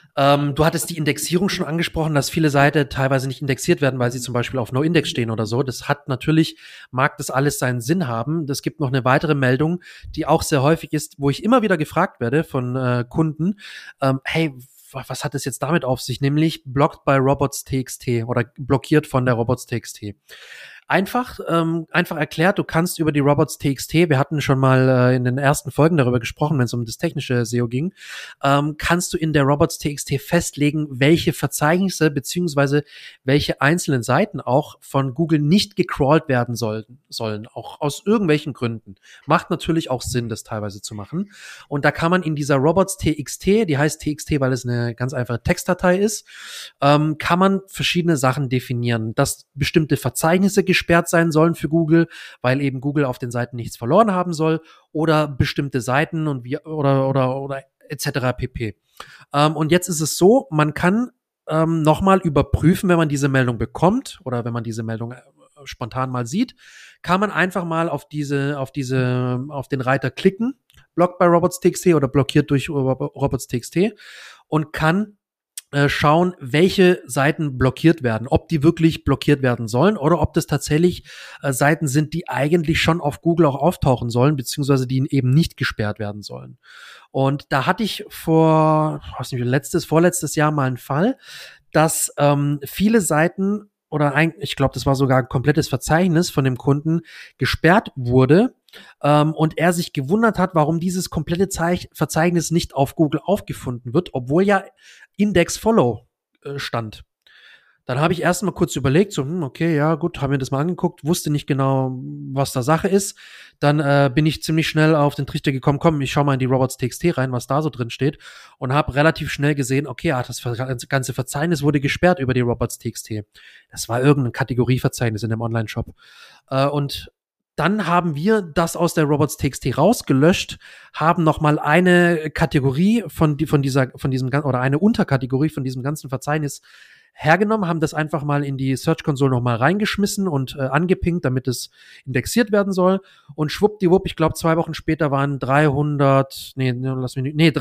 Ähm, du hattest die Indexierung schon angesprochen, dass viele Seiten teilweise nicht indexiert werden, weil sie zum Beispiel auf No-Index stehen oder so. Das hat natürlich, mag das alles seinen Sinn haben. Es gibt noch eine weitere Meldung, die auch sehr häufig ist, wo ich immer wieder gefragt werde von äh, Kunden, ähm, hey, was hat es jetzt damit auf sich? Nämlich blocked by robots.txt oder blockiert von der robots.txt. Einfach, ähm, einfach erklärt, du kannst über die robots.txt, wir hatten schon mal äh, in den ersten Folgen darüber gesprochen, wenn es um das technische S E O ging, ähm, kannst du in der robots.txt festlegen, welche Verzeichnisse beziehungsweise welche einzelnen Seiten auch von Google nicht gecrawlt werden sollten, sollen, auch aus irgendwelchen Gründen. Macht natürlich auch Sinn, das teilweise zu machen. Und da kann man in dieser robots.txt, die heißt T X T, weil es eine ganz einfache Textdatei ist, ähm, kann man verschiedene Sachen definieren, dass bestimmte Verzeichnisse gesperrt sein sollen für Google, weil eben Google auf den Seiten nichts verloren haben soll oder bestimmte Seiten und wie oder oder oder et cetera pp. Ähm, und jetzt ist es so, man kann ähm, nochmal überprüfen, wenn man diese Meldung bekommt oder wenn man diese Meldung äh, spontan mal sieht, kann man einfach mal auf diese auf diese auf den Reiter klicken, blocked by robots.txt oder blockiert durch robots.txt und kann schauen, welche Seiten blockiert werden, ob die wirklich blockiert werden sollen oder ob das tatsächlich äh, Seiten sind, die eigentlich schon auf Google auch auftauchen sollen, beziehungsweise die eben nicht gesperrt werden sollen. Und da hatte ich vor, was nicht, letztes, vorletztes Jahr mal einen Fall, dass ähm, viele Seiten oder ein, ich glaube, das war sogar ein komplettes Verzeichnis von dem Kunden gesperrt wurde, ähm, und er sich gewundert hat, warum dieses komplette Zeich- Verzeichnis nicht auf Google aufgefunden wird, obwohl ja Index Follow äh, stand. Dann habe ich erst mal kurz überlegt, so, hm, okay, ja gut, haben wir das mal angeguckt, wusste nicht genau, was da Sache ist. Dann äh, bin ich ziemlich schnell auf den Trichter gekommen, komm, ich schau mal in die robots.txt rein, was da so drin steht und habe relativ schnell gesehen, okay, ah, das ganze Verzeichnis wurde gesperrt über die robots.txt. Das war irgendein Kategorieverzeichnis in dem Online-Shop. Äh, und dann haben wir das aus der robots.txt rausgelöscht, haben nochmal eine Kategorie von, die, von dieser, von diesem, oder eine Unterkategorie von diesem ganzen Verzeichnis hergenommen, haben das einfach mal in die Search Console nochmal reingeschmissen und äh, angepinkt, damit es indexiert werden soll. Und schwuppdiwupp, ich glaube, zwei Wochen später waren dreihundert, nee, lass mich nicht, nee,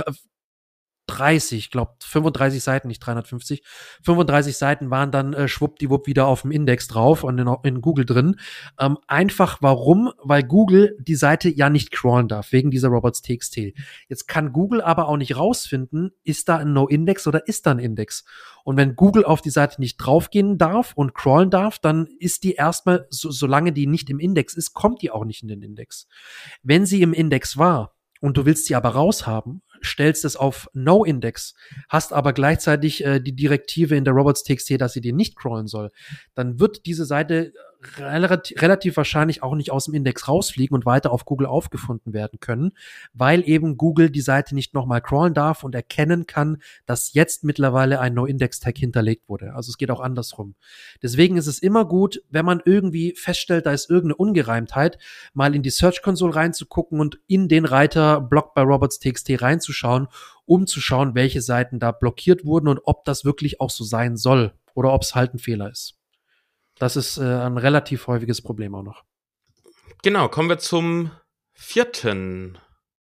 dreißig, ich glaube fünfunddreißig Seiten, nicht dreihundertfünfzig, fünfunddreißig Seiten waren dann äh, schwuppdiwupp wieder auf dem Index drauf und in, in Google drin. Ähm, einfach warum? Weil Google die Seite ja nicht crawlen darf, wegen dieser robots.txt. Jetzt kann Google aber auch nicht rausfinden, ist da ein No-Index oder ist da ein Index? Und wenn Google auf die Seite nicht draufgehen darf und crawlen darf, dann ist die erstmal, so, solange die nicht im Index ist, kommt die auch nicht in den Index. Wenn sie im Index war und du willst sie aber raushaben, stellst es auf No-Index, hast aber gleichzeitig äh, die Direktive in der robots.txt, dass sie dir nicht crawlen soll, dann wird diese Seite relativ, relativ wahrscheinlich auch nicht aus dem Index rausfliegen und weiter auf Google aufgefunden werden können, weil eben Google die Seite nicht nochmal crawlen darf und erkennen kann, dass jetzt mittlerweile ein No-Index-Tag hinterlegt wurde. Also es geht auch andersrum. Deswegen ist es immer gut, wenn man irgendwie feststellt, da ist irgendeine Ungereimtheit, mal in die Search Console reinzugucken und in den Reiter blocked by robots.txt reinzuschauen, um zu schauen, welche Seiten da blockiert wurden und ob das wirklich auch so sein soll oder ob es halt ein Fehler ist. Das ist äh, ein relativ häufiges Problem auch noch. Genau, kommen wir zum vierten.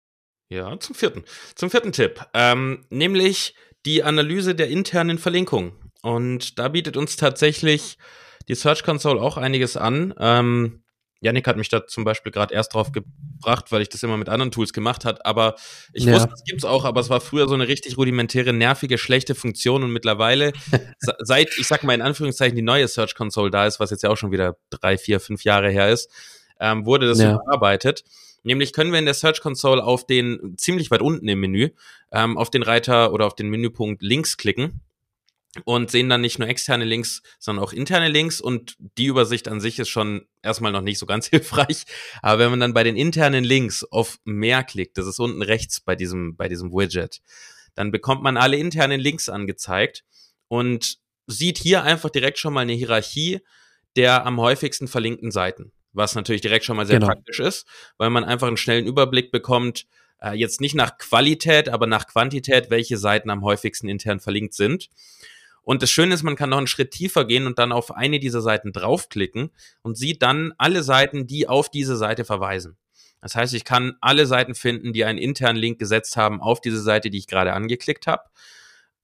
Ja, zum vierten. Zum vierten Tipp. Ähm, nämlich die Analyse der internen Verlinkung. Und da bietet uns tatsächlich die Search Console auch einiges an. Ähm, Yannick hat mich da zum Beispiel gerade erst drauf gebracht, weil ich das immer mit anderen Tools gemacht habe. Aber ich ja. wusste, es gibt's auch, aber es war früher so eine richtig rudimentäre, nervige, schlechte Funktion. Und mittlerweile, seit, ich sag mal in Anführungszeichen, die neue Search Console da ist, was jetzt ja auch schon wieder drei, vier, fünf Jahre her ist, ähm, wurde das ja. überarbeitet. Nämlich können wir in der Search Console auf den, ziemlich weit unten im Menü, ähm, auf den Reiter oder auf den Menüpunkt Links klicken. Und sehen dann nicht nur externe Links, sondern auch interne Links. Und die Übersicht an sich ist schon erstmal noch nicht so ganz hilfreich. Aber wenn man dann bei den internen Links auf mehr klickt, das ist unten rechts bei diesem, bei diesem Widget, dann bekommt man alle internen Links angezeigt und sieht hier einfach direkt schon mal eine Hierarchie der am häufigsten verlinkten Seiten. Was natürlich direkt schon mal sehr genau. praktisch ist, weil man einfach einen schnellen Überblick bekommt, äh, jetzt nicht nach Qualität, aber nach Quantität, welche Seiten am häufigsten intern verlinkt sind. Und das Schöne ist, man kann noch einen Schritt tiefer gehen und dann auf eine dieser Seiten draufklicken und sieht dann alle Seiten, die auf diese Seite verweisen. Das heißt, ich kann alle Seiten finden, die einen internen Link gesetzt haben auf diese Seite, die ich gerade angeklickt habe.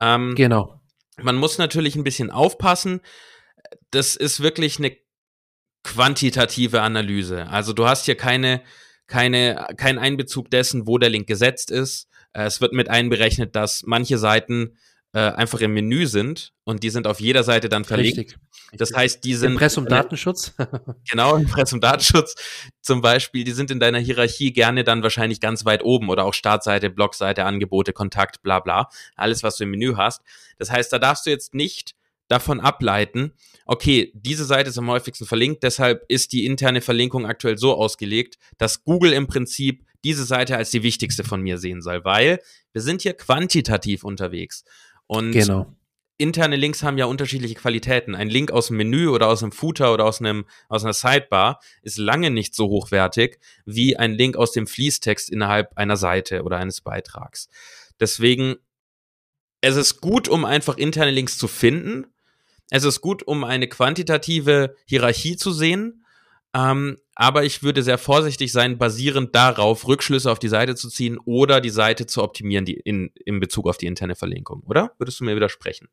Ähm, genau. Man muss natürlich ein bisschen aufpassen. Das ist wirklich eine quantitative Analyse. Also du hast hier keine, keine, keinen Einbezug dessen, wo der Link gesetzt ist. Äh, es wird mit einberechnet, dass manche Seiten äh, einfach im Menü sind und die sind auf jeder Seite dann verlinkt. Richtig. Das heißt, die sind Impressum Datenschutz. Genau, Impressum Datenschutz zum Beispiel, die sind in deiner Hierarchie gerne dann wahrscheinlich ganz weit oben oder auch Startseite, Blogseite, Angebote, Kontakt, bla bla, alles, was du im Menü hast. Das heißt, da darfst du jetzt nicht davon ableiten, okay, diese Seite ist am häufigsten verlinkt, deshalb ist die interne Verlinkung aktuell so ausgelegt, dass Google im Prinzip diese Seite als die wichtigste von mir sehen soll, weil wir sind hier quantitativ unterwegs. Und genau. interne Links haben ja unterschiedliche Qualitäten. Ein Link aus dem Menü oder aus einem Footer oder aus einem aus einer Sidebar ist lange nicht so hochwertig wie ein Link aus dem Fließtext innerhalb einer Seite oder eines Beitrags. Deswegen, es ist gut, um einfach interne Links zu finden. Es ist gut, um eine quantitative Hierarchie zu sehen. Ähm, aber ich würde sehr vorsichtig sein, basierend darauf Rückschlüsse auf die Seite zu ziehen oder die Seite zu optimieren, die in, in Bezug auf die interne Verlinkung, oder? Würdest du mir widersprechen?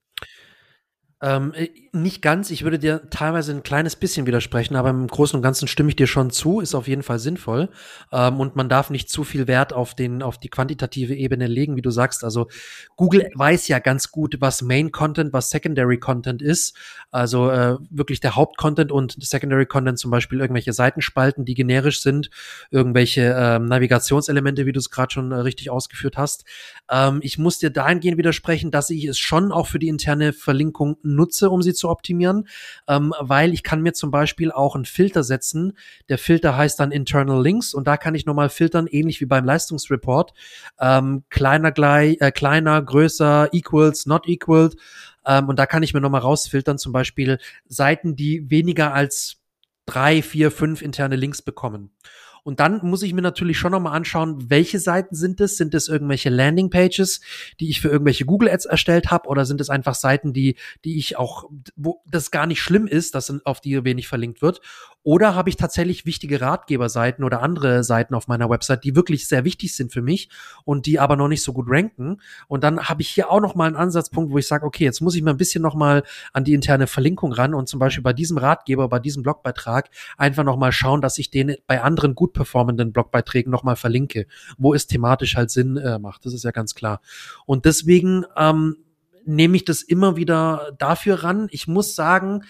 Ähm, nicht ganz, ich würde dir teilweise ein kleines bisschen widersprechen, aber im Großen und Ganzen stimme ich dir schon zu, ist auf jeden Fall sinnvoll. Ähm, und man darf nicht zu viel Wert auf den, auf die quantitative Ebene legen, wie du sagst. Also Google weiß ja ganz gut, was Main Content, was Secondary Content ist. Also äh, wirklich der Hauptcontent und Secondary Content, zum Beispiel irgendwelche Seitenspalten, die generisch sind, irgendwelche ähm, Navigationselemente, wie du es gerade schon äh, richtig ausgeführt hast. Ähm, ich muss dir dahingehend widersprechen, dass ich es schon auch für die interne Verlinkung nutze, um sie zu optimieren, ähm, weil ich kann mir zum Beispiel auch einen Filter setzen. Der Filter heißt dann Internal Links und da kann ich nochmal filtern, ähnlich wie beim Leistungsreport. Ähm, kleiner, gleich, äh, kleiner, größer, equals, not equal. Ähm, und da kann ich mir nochmal rausfiltern, zum Beispiel Seiten, die weniger als drei, vier, fünf interne Links bekommen. Und dann muss ich mir natürlich schon nochmal anschauen, welche Seiten sind es? Sind es irgendwelche Landingpages, die ich für irgendwelche Google Ads erstellt habe? Oder sind es einfach Seiten, die die ich auch, wo das gar nicht schlimm ist, dass auf die wenig verlinkt wird? Oder habe ich tatsächlich wichtige Ratgeberseiten oder andere Seiten auf meiner Website, die wirklich sehr wichtig sind für mich und die aber noch nicht so gut ranken? Und dann habe ich hier auch nochmal einen Ansatzpunkt, wo ich sage, okay, jetzt muss ich mal ein bisschen nochmal an die interne Verlinkung ran und zum Beispiel bei diesem Ratgeber, bei diesem Blogbeitrag einfach nochmal schauen, dass ich den bei anderen gut performenden Blogbeiträgen nochmal verlinke, wo es thematisch halt Sinn äh, macht. Das ist ja ganz klar. Und deswegen ähm, nehme ich das immer wieder dafür ran. Ich muss sagen,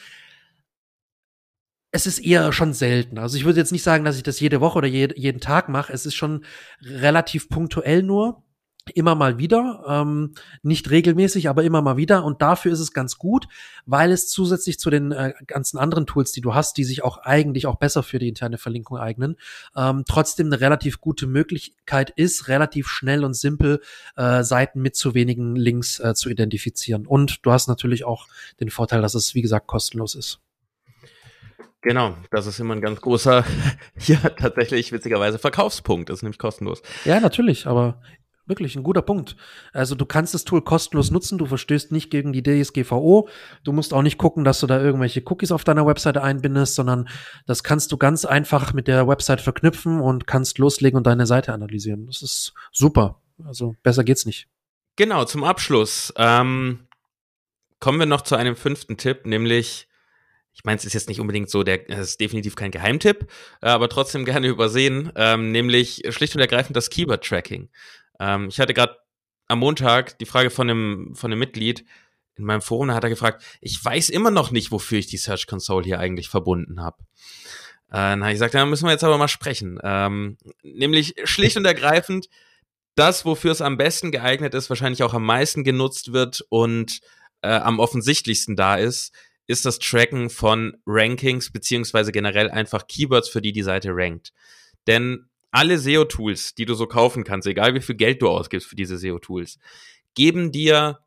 es ist eher schon selten. Also ich würde jetzt nicht sagen, dass ich das jede Woche oder je, jeden Tag mache. Es ist schon relativ punktuell nur. Immer mal wieder, ähm, nicht regelmäßig, aber immer mal wieder. Und dafür ist es ganz gut, weil es zusätzlich zu den äh, ganzen anderen Tools, die du hast, die sich auch eigentlich auch besser für die interne Verlinkung eignen, ähm, trotzdem eine relativ gute Möglichkeit ist, relativ schnell und simpel äh, Seiten mit zu wenigen Links äh, zu identifizieren. Und du hast natürlich auch den Vorteil, dass es, wie gesagt, kostenlos ist. Genau, das ist immer ein ganz großer, ja, tatsächlich witzigerweise Verkaufspunkt, das ist nämlich kostenlos. Ja, natürlich, aber wirklich ein guter Punkt. Also du kannst das Tool kostenlos nutzen, du verstößt nicht gegen die D S G V O, du musst auch nicht gucken, dass du da irgendwelche Cookies auf deiner Webseite einbindest, sondern das kannst du ganz einfach mit der Website verknüpfen und kannst loslegen und deine Seite analysieren. Das ist super. Also besser geht's nicht. Genau, zum Abschluss ähm, kommen wir noch zu einem fünften Tipp, nämlich, ich meine, es ist jetzt nicht unbedingt so, der, es ist definitiv kein Geheimtipp, aber trotzdem gerne übersehen, ähm, nämlich schlicht und ergreifend das Keyword-Tracking. Ähm, ich hatte gerade am Montag die Frage von einem, von einem Mitglied in meinem Forum, da hat er gefragt, ich weiß immer noch nicht, wofür ich die Search Console hier eigentlich verbunden habe. Äh, dann habe ich gesagt, da müssen wir jetzt aber mal sprechen. Ähm, nämlich schlicht und ergreifend das, wofür es am besten geeignet ist, wahrscheinlich auch am meisten genutzt wird und äh, am offensichtlichsten da ist, ist das Tracken von Rankings beziehungsweise generell einfach Keywords, für die die Seite rankt. Denn alle S E O-Tools, die du so kaufen kannst, egal wie viel Geld du ausgibst für diese S E O-Tools, geben dir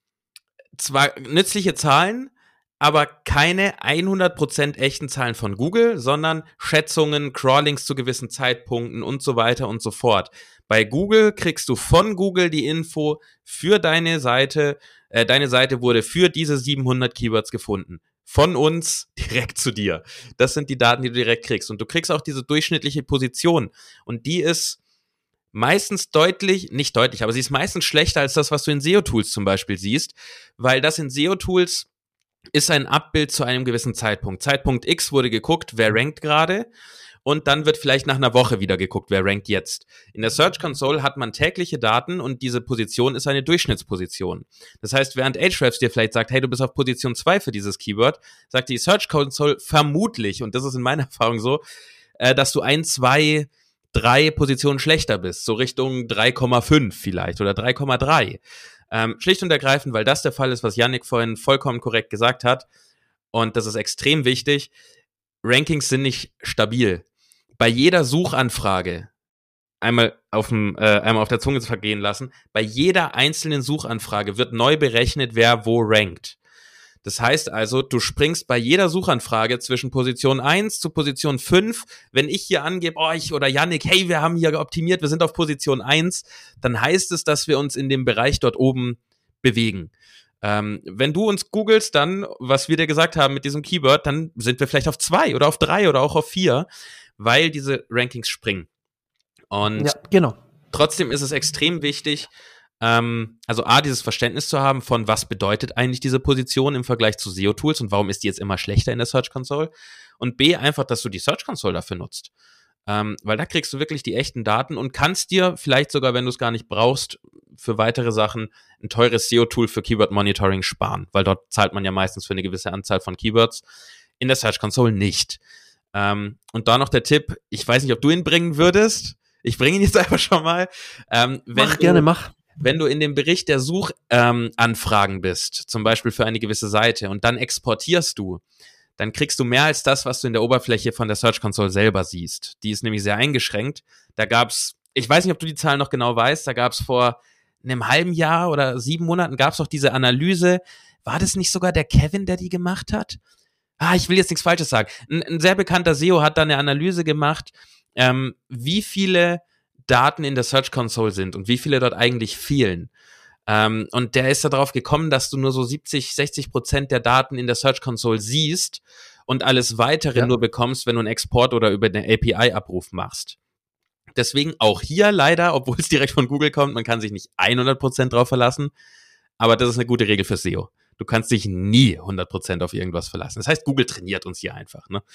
zwar nützliche Zahlen, aber keine hundert Prozent echten Zahlen von Google, sondern Schätzungen, Crawlings zu gewissen Zeitpunkten und so weiter und so fort. Bei Google kriegst du von Google die Info für deine Seite, äh, deine Seite wurde für diese siebenhundert Keywords gefunden. Von uns direkt zu dir. Das sind die Daten, die du direkt kriegst. Und du kriegst auch diese durchschnittliche Position. Und die ist meistens deutlich, nicht deutlich, aber sie ist meistens schlechter als das, was du in S E O-Tools zum Beispiel siehst, weil das in S E O-Tools ist ein Abbild zu einem gewissen Zeitpunkt. Zeitpunkt X wurde geguckt, wer rankt gerade, und dann wird vielleicht nach einer Woche wieder geguckt, wer rankt jetzt. In der Search Console hat man tägliche Daten und diese Position ist eine Durchschnittsposition. Das heißt, während Ahrefs dir vielleicht sagt, hey, du bist auf Position zwei für dieses Keyword, sagt die Search Console vermutlich, und das ist in meiner Erfahrung so, äh, dass du ein, zwei, drei Positionen schlechter bist, so Richtung drei Komma fünf vielleicht oder drei Komma drei. Ähm, schlicht und ergreifend, weil das der Fall ist, was Yannick vorhin vollkommen korrekt gesagt hat, und das ist extrem wichtig, Rankings sind nicht stabil. Bei jeder Suchanfrage, einmal auf, dem, äh, einmal auf der Zunge zu vergehen lassen, bei jeder einzelnen Suchanfrage wird neu berechnet, wer wo rankt. Das heißt also, du springst bei jeder Suchanfrage zwischen Position eins zu Position fünf. Wenn ich hier angebe, oh, ich oder Yannick, hey, wir haben hier optimiert, wir sind auf Position eins, dann heißt es, dass wir uns in dem Bereich dort oben bewegen. Ähm, wenn du uns googelst, dann, was wir dir gesagt haben mit diesem Keyword, dann sind wir vielleicht auf zwei oder auf drei oder auch auf vier, weil diese Rankings springen. Und ja, genau. Trotzdem ist es extrem wichtig, ähm, also A, dieses Verständnis zu haben von, was bedeutet eigentlich diese Position im Vergleich zu S E O-Tools und warum ist die jetzt immer schlechter in der Search Console, und B, einfach, dass du die Search Console dafür nutzt. Ähm, weil da kriegst du wirklich die echten Daten und kannst dir vielleicht sogar, wenn du es gar nicht brauchst, für weitere Sachen ein teures S E O-Tool für Keyword Monitoring sparen, weil dort zahlt man ja meistens für eine gewisse Anzahl von Keywords, in der Search Console nicht. Ähm, und da noch der Tipp, ich weiß nicht, ob du ihn bringen würdest, ich bringe ihn jetzt einfach schon mal. Ähm, wenn mach du, gerne, mach. Wenn du in dem Bericht der Suchanfragen ähm, bist, zum Beispiel für eine gewisse Seite, und dann exportierst du, dann kriegst du mehr als das, was du in der Oberfläche von der Search Console selber siehst. Die ist nämlich sehr eingeschränkt. Da gab's, ich weiß nicht, ob du die Zahlen noch genau weißt, da gab's vor einem halben Jahr oder sieben Monaten gab's doch diese Analyse. War das nicht sogar der Kevin, der die gemacht hat? Ah, ich will jetzt nichts Falsches sagen. Ein, ein sehr bekannter S E O hat da eine Analyse gemacht, ähm, wie viele Daten in der Search Console sind und wie viele dort eigentlich fehlen. Ähm, und der ist darauf gekommen, dass du nur so siebzig, sechzig Prozent der Daten in der Search Console siehst und alles weitere ja. nur bekommst, wenn du einen Export oder über den A P I-Abruf machst. Deswegen auch hier leider, obwohl es direkt von Google kommt, man kann sich nicht hundert Prozent drauf verlassen, aber das ist eine gute Regel für S E O. Du kannst dich nie hundert Prozent auf irgendwas verlassen. Das heißt, Google trainiert uns hier einfach, ne?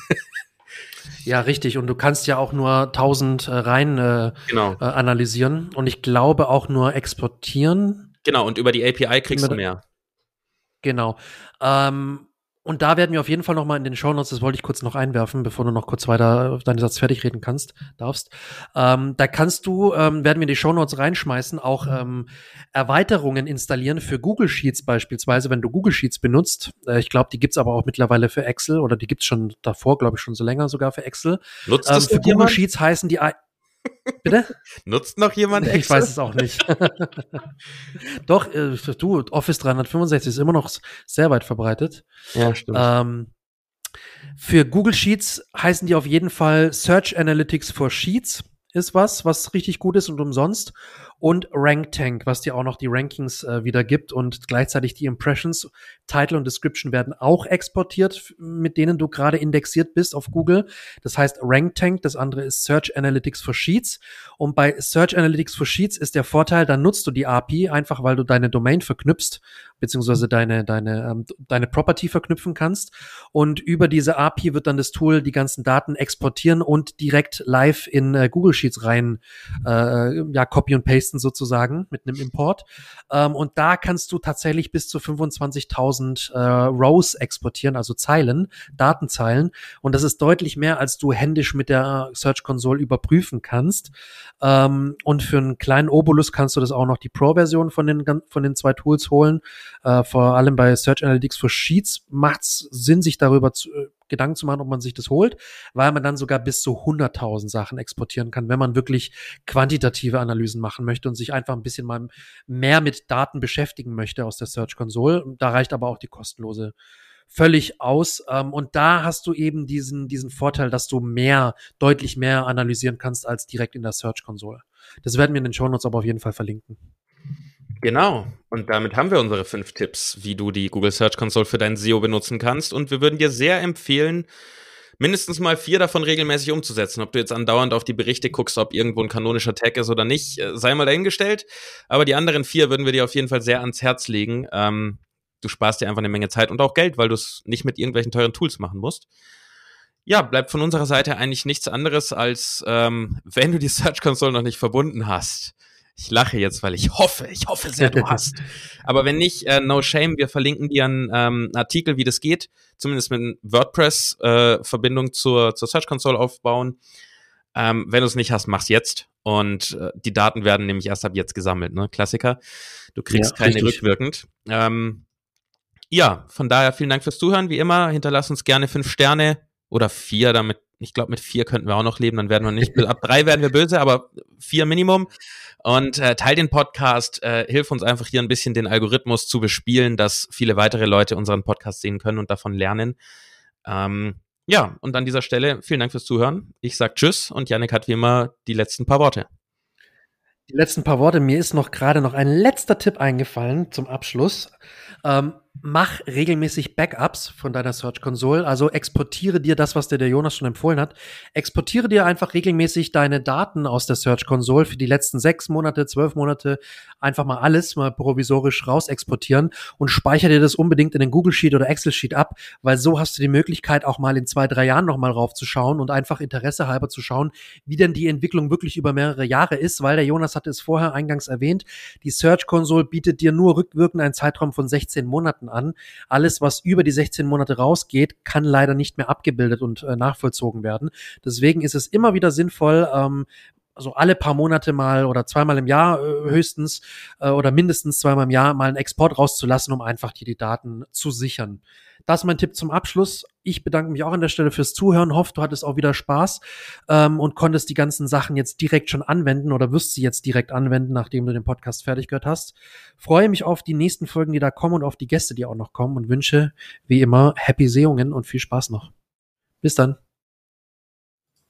Ja, richtig. Und du kannst ja auch nur tausend äh, rein äh, genau. äh, analysieren. Und ich glaube auch nur exportieren. Genau, und über die A P I kriegst du mehr. Genau. Ähm, und da werden wir auf jeden Fall noch mal in den Shownotes, das wollte ich kurz noch einwerfen, bevor du noch kurz weiter auf deinen Satz fertig reden kannst, darfst. Ähm, da kannst du, ähm, werden wir in die Shownotes reinschmeißen, auch ähm, Erweiterungen installieren für Google Sheets beispielsweise, wenn du Google Sheets benutzt. Äh, ich glaube, die gibt's aber auch mittlerweile für Excel oder die gibt's schon davor, glaube ich, schon so länger sogar für Excel. Nutzt das ähm, für Google jemand? Sheets heißen die... I- Bitte? Nutzt noch jemand Excel? Ich weiß es auch nicht. Doch, äh, du, Office dreihundertfünfundsechzig ist immer noch sehr weit verbreitet. Ja, stimmt. Ähm, für Google Sheets heißen die auf jeden Fall Search Analytics for Sheets ist was, was richtig gut ist und umsonst. Und RankTank, was dir auch noch die Rankings äh, wieder gibt und gleichzeitig die Impressions, Title und Description werden auch exportiert, mit denen du gerade indexiert bist auf Google. Das heißt RankTank, das andere ist Search Analytics for Sheets. Und bei Search Analytics for Sheets ist der Vorteil, dann nutzt du die A P I einfach, weil du deine Domain verknüpfst, beziehungsweise deine, deine, ähm, deine Property verknüpfen kannst. Und über diese A P I wird dann das Tool die ganzen Daten exportieren und direkt live in äh, Google Sheets rein, äh, ja, copy und paste sozusagen mit einem Import. Ähm, und da kannst du tatsächlich bis zu fünfundzwanzigtausend äh, Rows exportieren, also Zeilen, Datenzeilen. Und das ist deutlich mehr, als du händisch mit der Search Console überprüfen kannst. Ähm, und für einen kleinen Obolus kannst du das auch noch die Pro-Version von den, von den zwei Tools holen. Äh, vor allem bei Search Analytics for Sheets macht es Sinn, sich darüber zu äh, Gedanken zu machen, ob man sich das holt, weil man dann sogar bis zu hunderttausend Sachen exportieren kann, wenn man wirklich quantitative Analysen machen möchte und sich einfach ein bisschen mal mehr mit Daten beschäftigen möchte aus der Search Console. Da reicht aber auch die kostenlose völlig aus. Und da hast du eben diesen, diesen Vorteil, dass du mehr, deutlich mehr analysieren kannst als direkt in der Search Console. Das werden wir in den Shownotes aber auf jeden Fall verlinken. Genau. Und damit haben wir unsere fünf Tipps, wie du die Google Search Console für dein S E O benutzen kannst. Und wir würden dir sehr empfehlen, mindestens mal vier davon regelmäßig umzusetzen. Ob du jetzt andauernd auf die Berichte guckst, ob irgendwo ein kanonischer Tag ist oder nicht, sei mal dahingestellt. Aber die anderen vier würden wir dir auf jeden Fall sehr ans Herz legen. Ähm, du sparst dir einfach eine Menge Zeit und auch Geld, weil du es nicht mit irgendwelchen teuren Tools machen musst. Ja, bleibt von unserer Seite eigentlich nichts anderes, als ähm, wenn du die Search Console noch nicht verbunden hast. Ich lache jetzt, weil ich hoffe, ich hoffe sehr, du hast. Aber wenn nicht, äh, no shame, wir verlinken dir einen ähm, Artikel, wie das geht, zumindest mit einer WordPress-Verbindung äh, zur, zur Search Console aufbauen. Ähm, wenn du es nicht hast, mach's jetzt. Und äh, die Daten werden nämlich erst ab jetzt gesammelt, ne? Klassiker. Du kriegst ja, keine richtig. Rückwirkend. Ähm, ja, von daher vielen Dank fürs Zuhören. Wie immer, hinterlass uns gerne fünf Sterne oder vier, damit, ich glaube, mit vier könnten wir auch noch leben, dann werden wir nicht, ab drei werden wir böse, aber vier Minimum. Und äh, teil den Podcast, äh, hilf uns einfach hier ein bisschen den Algorithmus zu bespielen, dass viele weitere Leute unseren Podcast sehen können und davon lernen. Ähm, ja, und an dieser Stelle vielen Dank fürs Zuhören. Ich sag Tschüss und Yannick hat wie immer die letzten paar Worte. Die letzten paar Worte. Mir ist noch gerade noch ein letzter Tipp eingefallen zum Abschluss. Ähm, mach regelmäßig Backups von deiner Search Console, also exportiere dir das, was dir der Jonas schon empfohlen hat. Exportiere dir einfach regelmäßig deine Daten aus der Search Console für die letzten sechs Monate, zwölf Monate, einfach mal alles mal provisorisch raus exportieren und speichere dir das unbedingt in den Google Sheet oder Excel Sheet ab, weil so hast du die Möglichkeit, auch mal in zwei, drei Jahren nochmal raufzuschauen und einfach Interesse halber zu schauen, wie denn die Entwicklung wirklich über mehrere Jahre ist, weil der Jonas hatte es vorher eingangs erwähnt, die Search Console bietet dir nur rückwirkend einen Zeitraum von sechzehn Monaten an. Alles, was über die sechzehn Monate rausgeht, kann leider nicht mehr abgebildet und äh, nachvollzogen werden. Deswegen ist es immer wieder sinnvoll, ähm, also alle paar Monate mal oder zweimal im Jahr äh, höchstens äh, oder mindestens zweimal im Jahr mal einen Export rauszulassen, um einfach hier die Daten zu sichern. Das ist mein Tipp zum Abschluss. Ich bedanke mich auch an der Stelle fürs Zuhören. Hoffe, du hattest auch wieder Spaß ähm, und konntest die ganzen Sachen jetzt direkt schon anwenden oder wirst sie jetzt direkt anwenden, nachdem du den Podcast fertig gehört hast. Freue mich auf die nächsten Folgen, die da kommen und auf die Gäste, die auch noch kommen und wünsche, wie immer, happy Sehungen und viel Spaß noch. Bis dann.